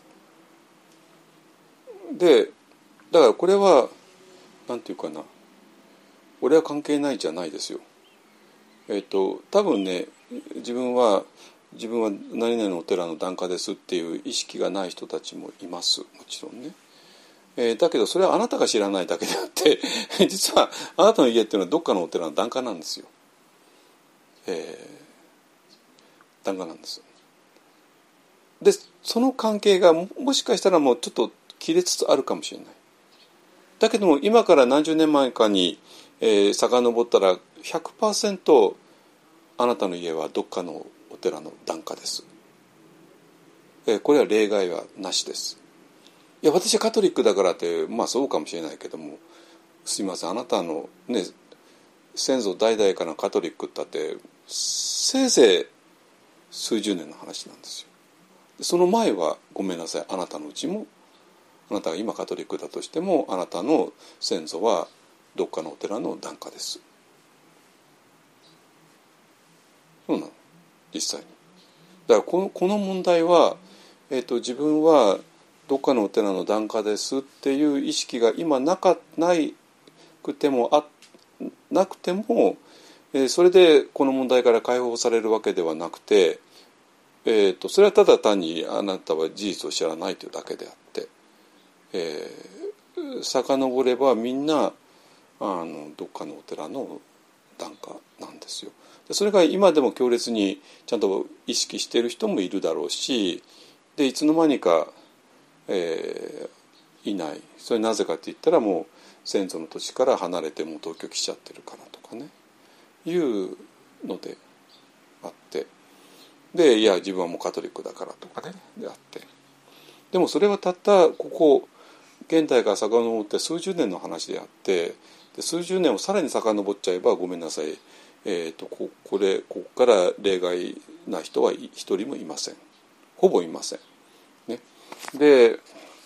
でだからこれはなんていうかな、俺は関係ないじゃないですよ。多分ね自分は何々のお寺の檀家ですっていう意識がない人たちもいます、もちろんね。だけどそれはあなたが知らないだけであって実はあなたの家っていうのはどっかのお寺の檀家なんですよ。檀家なんです。でその関係がもしかしたらもうちょっと切れつつあるかもしれない。だけども今から何十年前かに、遡ったら 100% あなたの家はどっかのお寺の檀家です。これは例外はなしです。いや私はカトリックだからってまあそうかもしれないけども、すいませんあなたのね先祖代々からのカトリックだってせいぜい数十年の話なんですよ。その前はごめんなさい、あなたのうちもあなたが今カトリックだとしてもあなたの先祖はどっかのお寺の檀家です。そうなの実際に。だからこの問題は、自分はどっかのお寺の檀家ですっていう意識が今なくてもそれでこの問題から解放されるわけではなくて、それはただ単にあなたは事実を知らないというだけであって、遡ればみんなどっかのお寺の檀家なんですよ。それが今でも強烈にちゃんと意識している人もいるだろうし、でいつの間にか、いない。それなぜかって言ったらもう先祖の土地から離れてもう同居しちゃってるからとかねいうのであって、でいや自分はもうカトリックだからとかねであって、でもそれはたったここ現代から遡って数十年の話であって、で数十年をさらに遡っちゃえばごめんなさい、ここから例外な人は一人もいません。ほぼいません。ね、で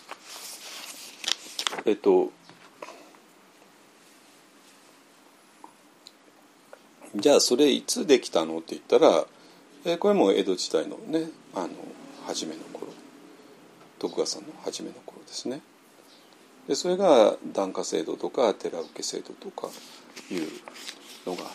じゃあそれいつできたのって言ったら、これも江戸時代のね初めの頃、徳川さんの初めの頃ですね。でそれが檀家制度とか寺受制度とかいうのがあって、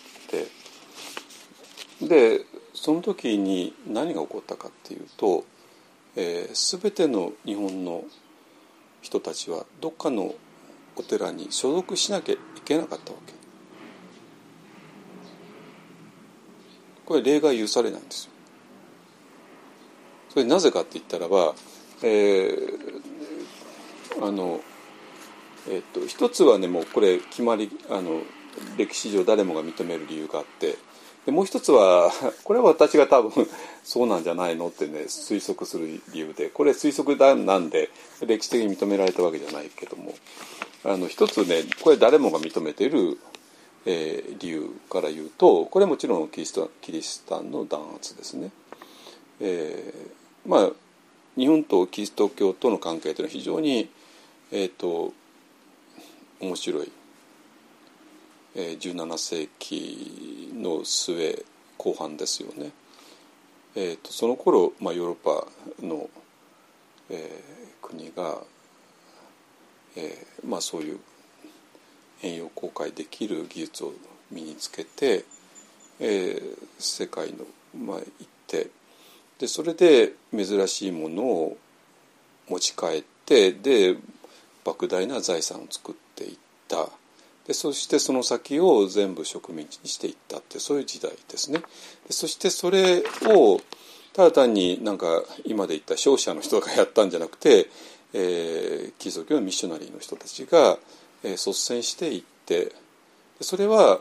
でその時に何が起こったかっていうと、全ての日本の人たちはどっかのお寺に所属しなきゃいけなかったわけ。これ例外許されないんですよ。 それなぜかって言ったらば、一つはね、もうこれ決まり、歴史上誰もが認める理由があって、でもう一つはこれは私が多分そうなんじゃないのってね推測する理由で、これ推測なんで歴史的に認められたわけじゃないけども、一つねこれ誰もが認めている、理由から言うと、これはもちろんキリシタンの弾圧ですね。まあ日本とキリスト教との関係というのは非常に面白い。17世紀の末後半ですよね。その頃、ヨーロッパの、国が、そういう遠洋航海できる技術を身につけて、世界の、行ってでそれで珍しいものを持ち帰ってで莫大な財産を作っていった。でそしてその先を全部植民地にしていったってそういう時代ですね。でそしてそれをただ単になんか今で言った商社の人がやったんじゃなくて、キリスト教のミッショナリーの人たちが、率先していってそれは、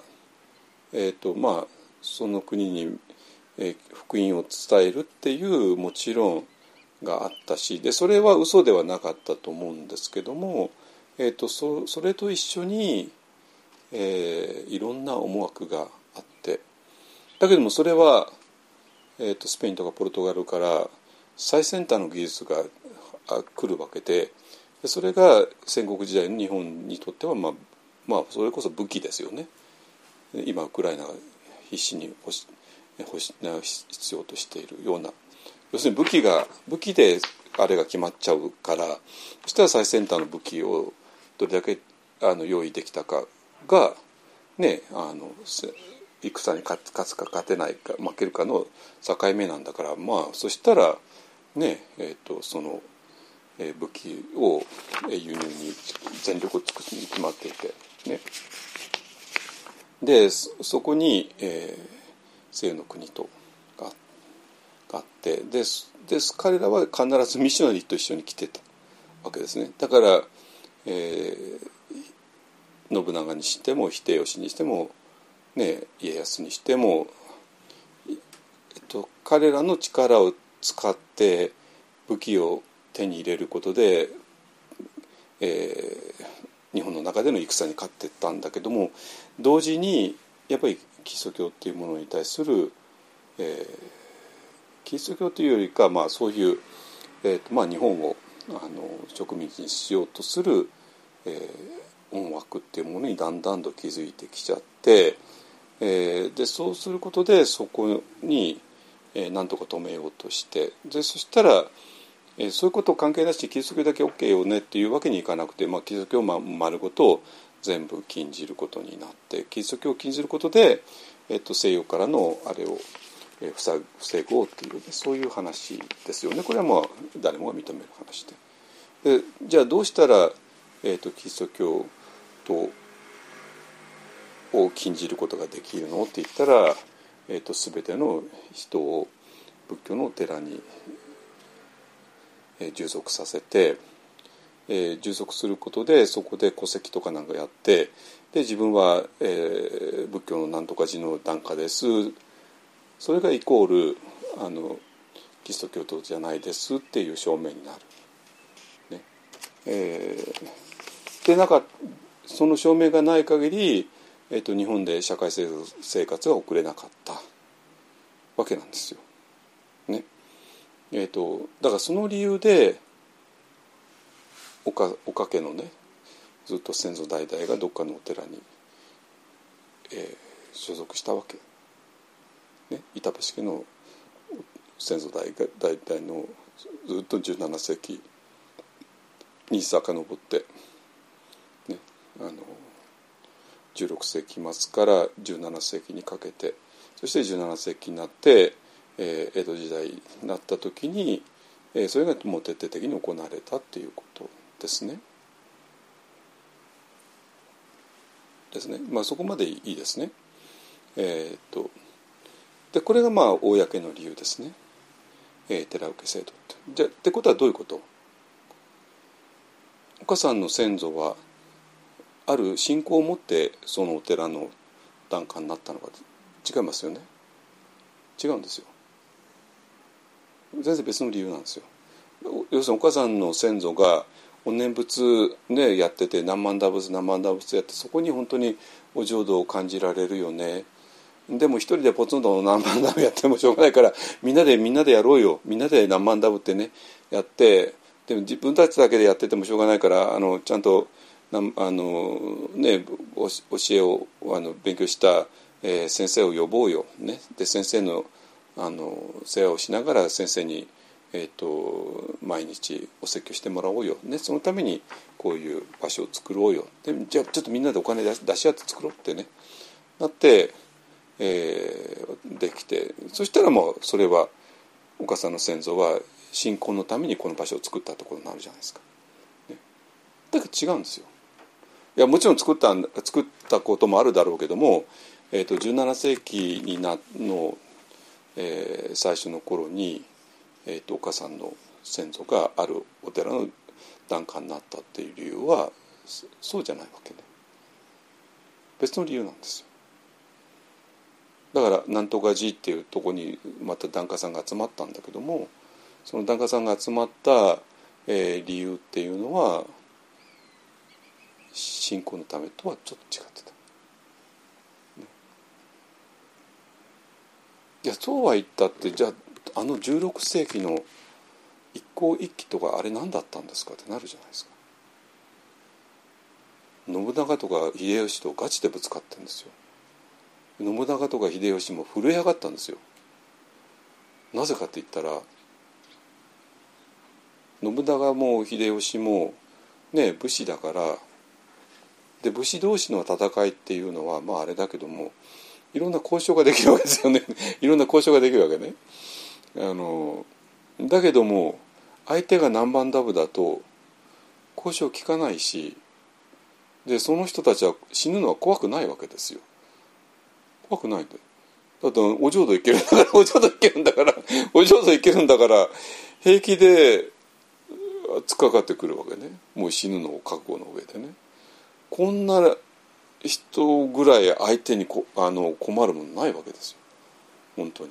その国に、福音を伝えるっていうもちろんがあったしでそれは嘘ではなかったと思うんですけども、それと一緒にいろんな思惑があってだけどもそれは、スペインとかポルトガルから最先端の技術が来るわけでそれが戦国時代の日本にとっては、それこそ武器ですよね。今ウクライナが必死に必要としているような要するに武器であれが決まっちゃうからそしたら最先端の武器をどれだけ用意できたかがね戦に勝つか勝てないか負けるかの境目なんだからそしたらねその武器を輸入に全力を尽くすに決まっていてねでそこに、西洋の国とがあってで彼らは必ずミッショナリーと一緒に来てたわけですね。だから、信長にしても秀吉にしても、家康にしても、彼らの力を使って武器を手に入れることで、日本の中での戦に勝っていったんだけども同時にやっぱりキリスト教っていうものに対する、キリスト教というよりか、そういう、日本を植民地にしようとする、思惑っていうものにだんだんと気づいてきちゃって、でそうすることでそこに、なんとか止めようとしてでそしたら、そういうことを関係なしにキリスト教だけ OK よねっていうわけにいかなくて、キリスト教を丸ごと全部禁じることになってキリスト教を禁じることで、西洋からのあれを防ごうっていう、そういう話ですよね。これは誰もが認める話でじゃあどうしたら、キリスト教を禁じることができるのって言ったら、全ての人を仏教のお寺に従属させて、従属することでそこで戸籍とかなんかやってで自分は、仏教のなんとか寺の檀家ですそれがイコールキリスト教徒じゃないですっていう証明になる、でその証明がない限り、日本で社会生活が送れなかったわけなんですよ。ねだからその理由で岡家のねずっと先祖代々がどっかのお寺に、所属したわけ、板橋家の先祖代々のずっと17世紀に遡って、16世紀末から17世紀にかけてそして17世紀になって江戸時代になった時にそれがもう徹底的に行われたっていうことですね。そこまでいいですね。でこれが公の理由ですね。 寺受制度って。じゃってことはどういうこと？岡さんの先祖はある信仰を持ってそのお寺の檀家になったのか違いますよね。違うんですよ。全然別の理由なんですよ。要するに岡さんの先祖がお念仏ねやってて何万打仏何万打仏やって、そこに本当にお浄土を感じられるよね。でも一人でポツンと何万ダブやってもしょうがないからみんなでやろうよ、みんなで何万ダブってねやって、でも自分たちだけでやっててもしょうがないからちゃんと教えを勉強した、先生を呼ぼうよ、ね、で先生の世話をしながら先生に、毎日お説教してもらおうよ、ね、そのためにこういう場所を作ろうよ、でじゃあちょっとみんなでお金出し合って作ろうってねなって、できて、そしたらもうそれは岡さんの先祖は信仰のためにこの場所を作ったところになるじゃないですか、ね、だけど違うんですよ。いやもちろん作ったこともあるだろうけども、17世紀の、最初の頃に、岡さんの先祖があるお寺の檀家になったっていう理由はそうじゃないわけね。別の理由なんですよ。だからなんとか寺っていうところにまた檀家さんが集まったんだけども、その檀家さんが集まった、理由っていうのは信仰のためとはちょっと違ってた、ね、いやそうは言ったってじゃあ16世紀の一向一揆とかあれ何だったんですかってなるじゃないですか。信長とか秀吉とガチでぶつかってるんですよ。信長とか秀吉も震え上がったんですよ。なぜかって言ったら信長も秀吉もね武士だから、で武士同士の戦いっていうのはまああれだけどもいろんな交渉ができるわけですよねいろんな交渉ができるわけね。だけども相手が何番ダブだと交渉効かないし、でその人たちは死ぬのは怖くないわけですよ。怖くないんだよ。だってお浄土行けるんだからお浄土行けるんだからお浄土行けるんだから平気で突っかかってくるわけね。もう死ぬのを覚悟の上でね。こんな人ぐらい相手に困るものないわけですよ本当に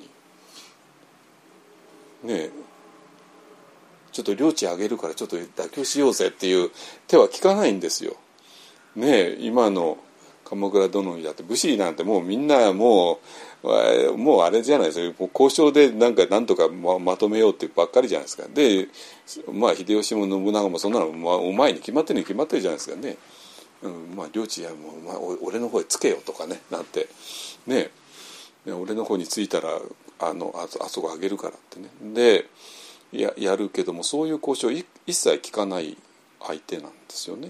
ねえ。ちょっと領地上げるからちょっと妥協しようぜっていう手は利かないんですよねえ。今の鎌倉殿にだって武士なんてもうみんなもうあれじゃないですか、交渉でなんとか まとめようってばっかりじゃないですか。でまあ秀吉も信長もそんなの、お前に決まってるじゃないですかね。まあ領地やもう俺の方へつけよとかねなんてね、俺の方についたらあそこあげるからってねでやるけども、そういう交渉一切聞かない相手なんですよね。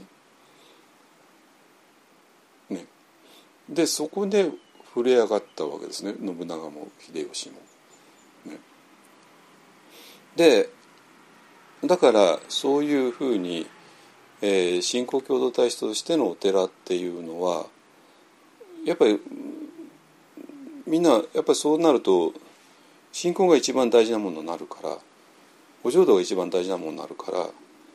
でそこで震え上がったわけですね、信長も秀吉も、ね、でだからそういうふうに、信仰共同体としてのお寺っていうのはやっぱりみんなやっぱりそうなると信仰が一番大事なものになるから、お浄土が一番大事なものになるから、だ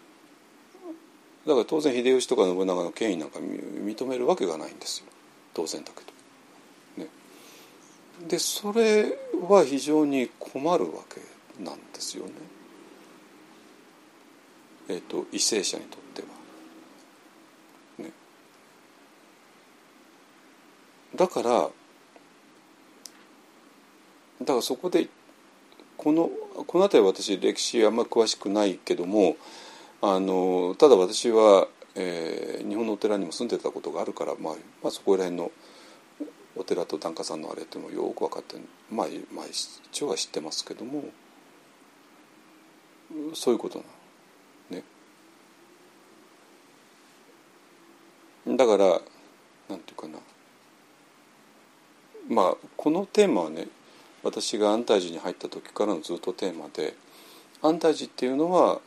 から当然秀吉とか信長の権威なんか認めるわけがないんですよ、当然だけど、ね、でそれは非常に困るわけなんですよね、為政者にとっては、ね、だからそこでこの辺りは私歴史あんまり詳しくないけどもただ私は、日本のお寺にも住んでたことがあるから、まあそこら辺のお寺と檀家さんのあれってもよく分かってまあ一応は知ってますけども、そういうことなのね。だからなんていうかな、まあこのテーマはね、私が安泰寺に入った時からのずっとテーマで、安泰寺っていうのは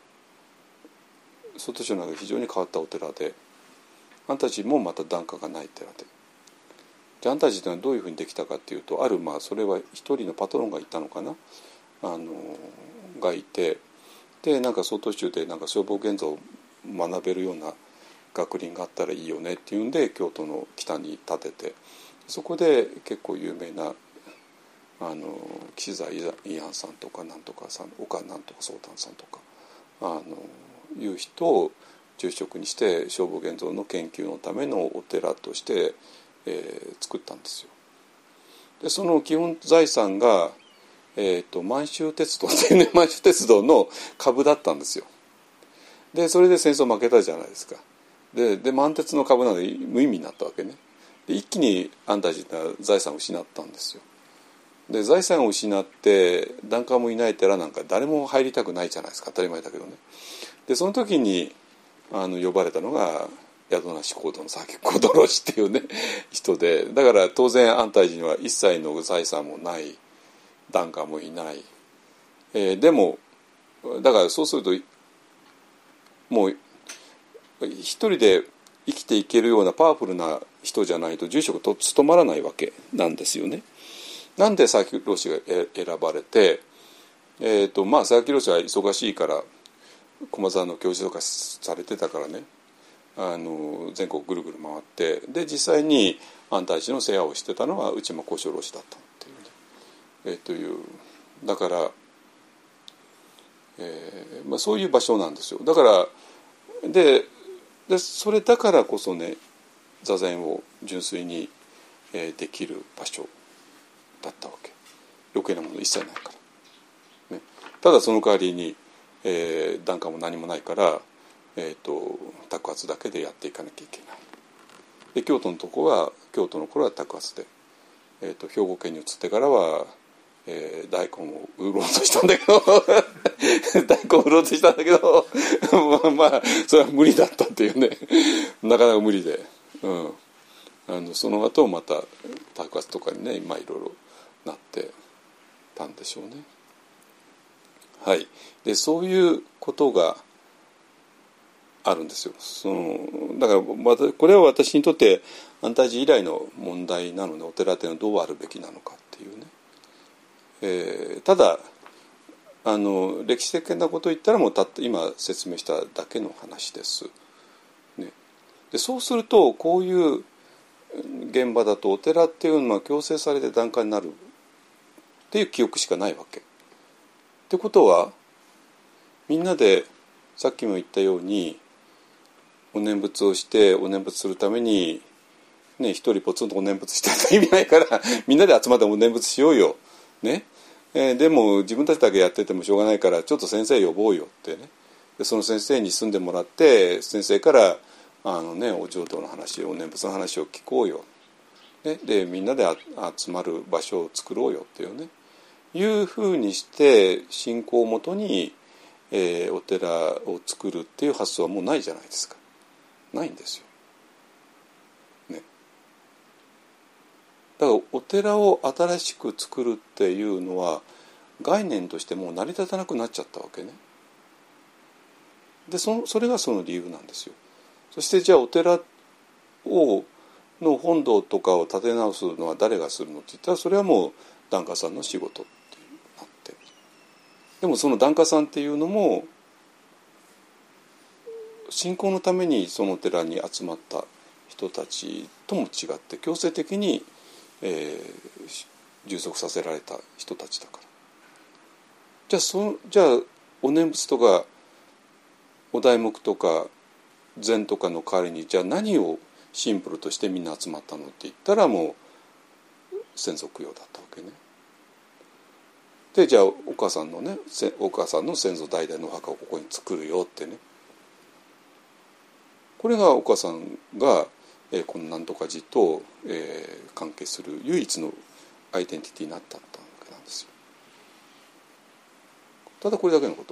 外所の中で非常に変わったお寺で、安泰寺もまた檀家がない寺で、安泰寺というのはどういうふうにできたかっていうと、それは一人のパトロンがいたのかな、 がいて、でなんか曹洞宗でなんか正法現像を学べるような学林があったらいいよねっていうんで京都の北に建てて、そこで結構有名な岸座慰安さんとかなんとかさん、岡なんとか宗丹さんとかいう人を住職にして正法現像の研究のためのお寺として、作ったんですよ。でその基本財産が、満州鉄道っていうね、満州鉄道の株だったんですよ。でそれで戦争負けたじゃないですか。で満鉄の株なので無意味になったわけね。で一気に安泰寺は財産を失ったんですよ。で財産を失って檀家もいない寺なんか誰も入りたくないじゃないですか、当たり前だけどね。でその時に呼ばれたのが宿無高堂の佐々木小泥氏っていうね人で、だから当然安泰寺には一切の財産もない、檀家もいない、でもだからそうするともう一人で生きていけるようなパワフルな人じゃないと住職と務まらないわけなんですよね。なんで佐々木老師が選ばれて、佐々木老師は忙しいから駒沢の教授とかされてたからね、全国ぐるぐる回って、で実際に安泰寺の世話をしてたのは内間幸四郎氏だったっていうね、というだから、そういう場所なんですよ。だからでそれだからこそね、座禅を純粋に、できる場所だったわけ。余計なもの一切ないから、ね、ただその代わりに、檀家も何もないから、托鉢だけでやっていかなきゃいけない。で京都の頃は托鉢で、兵庫県に移ってからは、大根を売ろうとしたんだけど大根を売ろうとしたんだけどまあそれは無理だったっていうねなかなか無理で、その後また托鉢とかにねいろいろなってたんでしょうね。はい。でそういうことがあるんですよ。だからこれは私にとって安泰寺以来の問題なので、お寺というのはどうあるべきなのかっていうね。ただ歴史的なことを言ったらもう今説明しただけの話です、ね。でそうするとこういう現場だとお寺っていうのは強制されて檀家になるっていう記憶しかないわけ。ってことはみんなでさっきも言ったようにお念仏をしてお念仏するためにね、一人ポツンとお念仏してたら意味ないからみんなで集まってお念仏しようよ、ね。でも自分たちだけやっててもしょうがないからちょっと先生呼ぼうよってね。でその先生に住んでもらって先生からお浄土の話、お念仏の話を聞こうよ、ね。でみんなで集まる場所を作ろうよっていうね、いうふうにして信仰をもとに、お寺を作るっていう発想はもうないじゃないですか。ないんですよ。ね。だからお寺を新しく作るっていうのは概念としてもう成り立たなくなっちゃったわけね。でそれがその理由なんですよ。そしてじゃあお寺の本堂とかを建て直すのは誰がするのって言ったらそれはもう檀家さんの仕事ってなって、でもその檀家さんっていうのも信仰のためにその寺に集まった人たちとも違って強制的に充足させられた人たちだから、じゃあお念仏とかお題目とか禅とかの代わりにじゃあ何をシンプルとしてみんな集まったのって言ったらもう先祖供養だったわけね。でじゃあお母さんの先祖代々のお墓をここに作るよってね、これがお母さんがこのなんとか寺と、関係する唯一のアイデンティティになったわけなんですよ。ただこれだけのこと、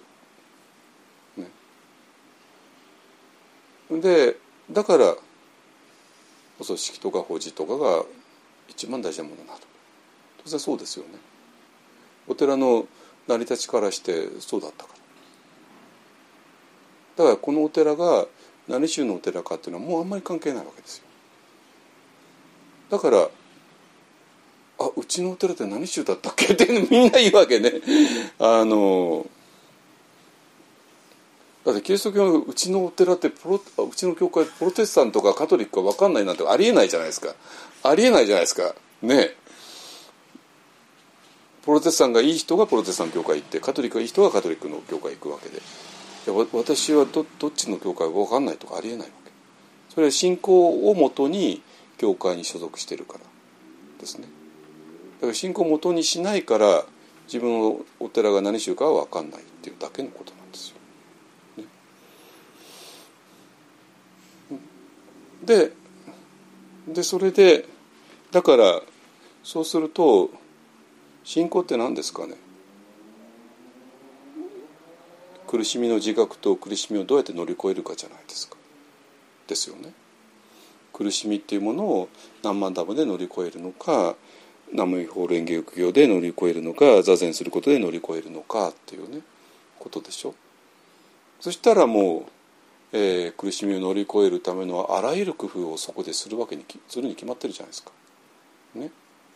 ね。でだからお葬式とか法事とかが一番大事なものになる。当然そうですよね。お寺の成り立ちからしてそうだったから。だからこのお寺が何宗のお寺かっていうのはもうあんまり関係ないわけですよ。だからうちのお寺って何宗だったっけってみんな言うわけね。だってキリスト教のうちのお寺ってうちの教会プロテスタントかカトリックか分かんないなんてありえないじゃないですか。ありえないじゃないですかね。プロテスタントがいい人がプロテスタント教会行って、カトリックがいい人がカトリックの教会行くわけで、私はどっちの教会か分かんないとかありえないわけ。それは信仰をもとに教会に所属してるからですね。だから信仰をもとにしないから自分のお寺が何宗かは分かんないっていうだけのことなんですよ。でそれでだからそうすると信仰って何ですかね。苦しみの自覚と苦しみをどうやって乗り越えるかじゃないですか。ですよね。苦しみっていうものを何万ダムで乗り越えるのか、南無妙法蓮華経で乗り越えるのか、座禅することで乗り越えるのかっていうねことでしょ。そしたらもう、苦しみを乗り越えるためのあらゆる工夫をそこでするに決まってるじゃないですか。ね。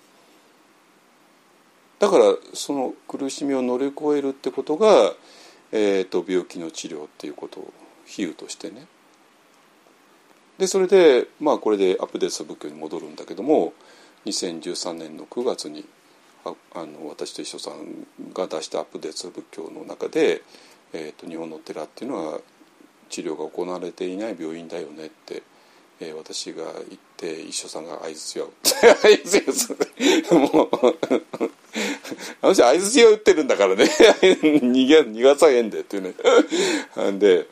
だからその苦しみを乗り越えるってことが、病気の治療っていうことを比喩としてね。でそれでこれでアップデート仏教に戻るんだけども、2013年の9月に私と一緒さんが出したアップデート仏教の中で、日本の寺っていうのは治療が行われていない病院だよねって、私が言って一緒さんが相槌を相槌をもうあの人相槌を打ってるんだからね逃がさへんでっていうねで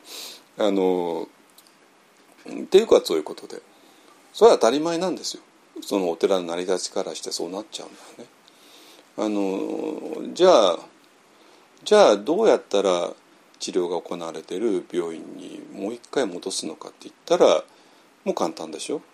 っていうかそういうことで、それは当たり前なんですよ。そのお寺の成り立ちからしてそうなっちゃうんだよね。じゃあどうやったら治療が行われている病院にもう一回戻すのかって言ったらもう簡単でしょ。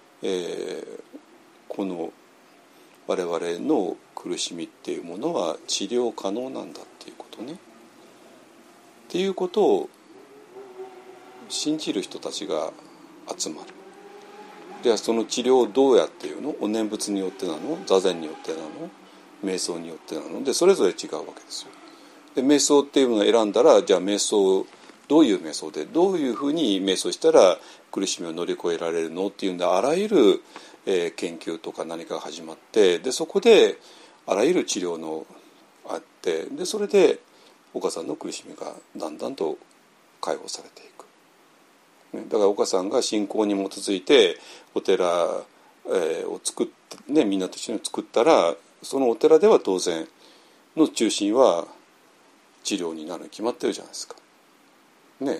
この我々の苦しみっていうものは治療可能なんだっていうことね。っていうことを信じる人たちが集まる。ではその治療をどうやっていうの？お念仏によってなの？座禅によってなの？瞑想によってなの？でそれぞれ違うわけですよ。で瞑想っていうのを選んだら、じゃあ瞑想どういう瞑想でどういうふうに瞑想したら苦しみを乗り越えられるのっていうんで、あらゆる、研究とか何かが始まって、でそこであらゆる治療のあって、でそれで岡さんの苦しみがだんだんと解放されていく。だから岡さんが信仰に基づいてお寺を作ってね、みんなと一緒に作ったら、そのお寺では当然の中心は治療になるに決まってるじゃないですかね。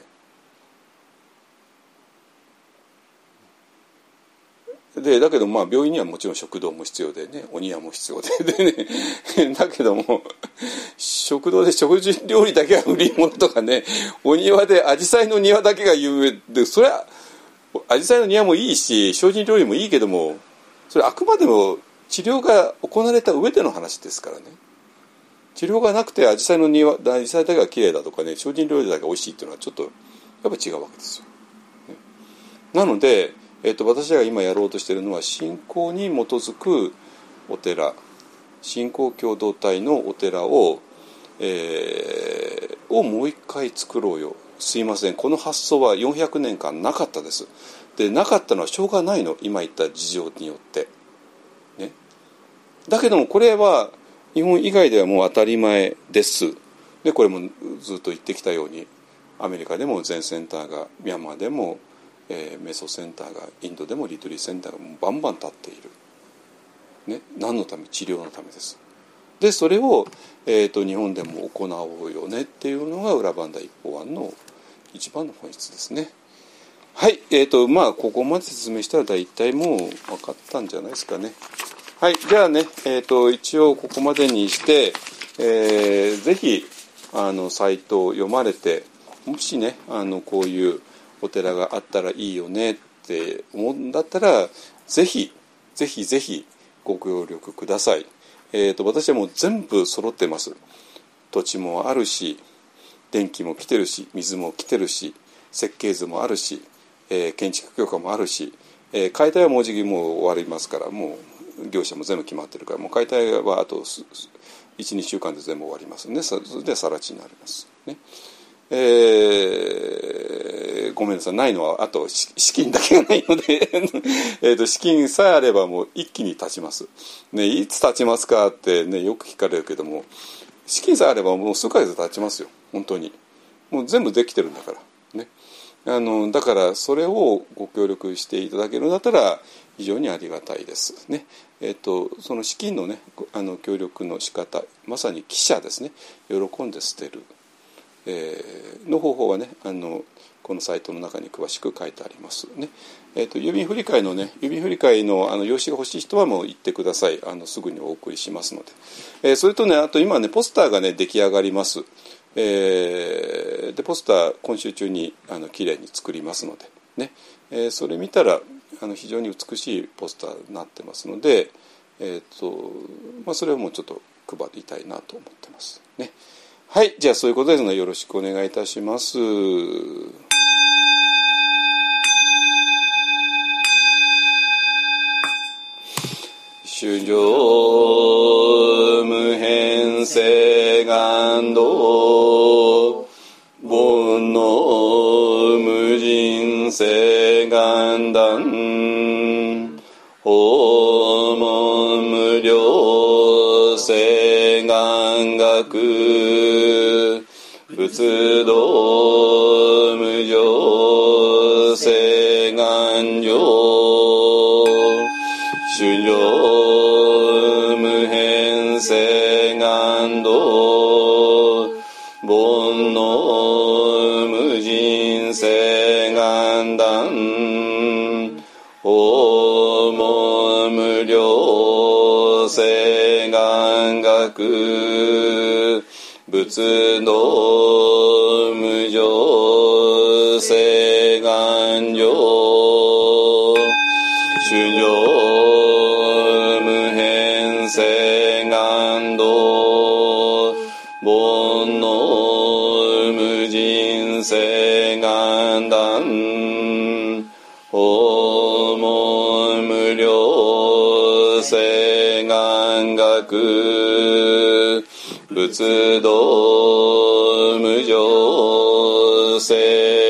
でだけど病院にはもちろん食堂も必要でね、お庭も必要でねだけども食堂で食事料理だけは売り物とかね、お庭で紫陽花の庭だけが有名で、それは紫陽花の庭もいいし精進料理もいいけども、それあくまでも治療が行われた上での話ですからね。治療がなくて紫陽花の庭、紫陽花だけが綺麗だとかね、精進料理だけが美味しいっていうのはちょっとやっぱり違うわけですよ。なので私が今やろうとしているのは信仰に基づくお寺、信仰共同体のお寺を、もう一回作ろうよ。すいません、この発想は400年間なかったです。でなかったのはしょうがないの、今言った事情によって、ね。だけどもこれは日本以外ではもう当たり前です。でこれもずっと言ってきたように、アメリカでも全センターが、ミャンマーでもメソセンターが、インドでもリトリーセンターがもうバンバン立っている、ね、何のため？治療のためです。でそれを、日本でも行おうよねっていうのが裏磐梯一法案の一番の本質ですね。はい、ここまで説明したら大体もう分かったんじゃないですかね。はい、じゃあね、一応ここまでにして、ぜひサイトを読まれて、もしねこういうお寺があったらいいよねって思うんだったら、ぜひご協力ください。私はもう全部揃ってます。土地もあるし、電気も来てるし、水も来てるし、設計図もあるし、建築許可もあるし、解体はもうじきもう終わりますから、もう業者も全部決まってるから、もう解体はあと 1,2 週間で全部終わりますね。それで更地になりますね。ごめんなさい、ないのはあと資金だけがないので資金さえあればもう一気に立ちます、ね、いつ立ちますかって、ね、よく聞かれるけども、資金さえあればもう数ヶ月立ちますよ。本当にもう全部できてるんだからね。だからそれをご協力していただけるんだったら非常にありがたいですね。その資金のね協力の仕方、まさに記者ですね、喜んで捨てる、の方法はねこのサイトの中に詳しく書いてありますね。郵便振り替えのね、郵便振り替えの用紙が欲しい人はもう言ってください。すぐにお送りしますので、それとね、あと今ねポスターがね出来上がります。でポスター今週中にきれいに作りますのでね、それ見たら非常に美しいポスターになってますので、それをもうちょっと配りたいなと思ってますね。はい、じゃあそういうことですのでよろしくお願いいたします。衆生無変性願道煩悩無人性願断訪問無量性願学仏道無常性願上衆生無変性願道煩悩無人性願断訪問無量性願学仏道無常性願上衆生無変性願道煩悩無人性願断訪問無量性願学仏道無常性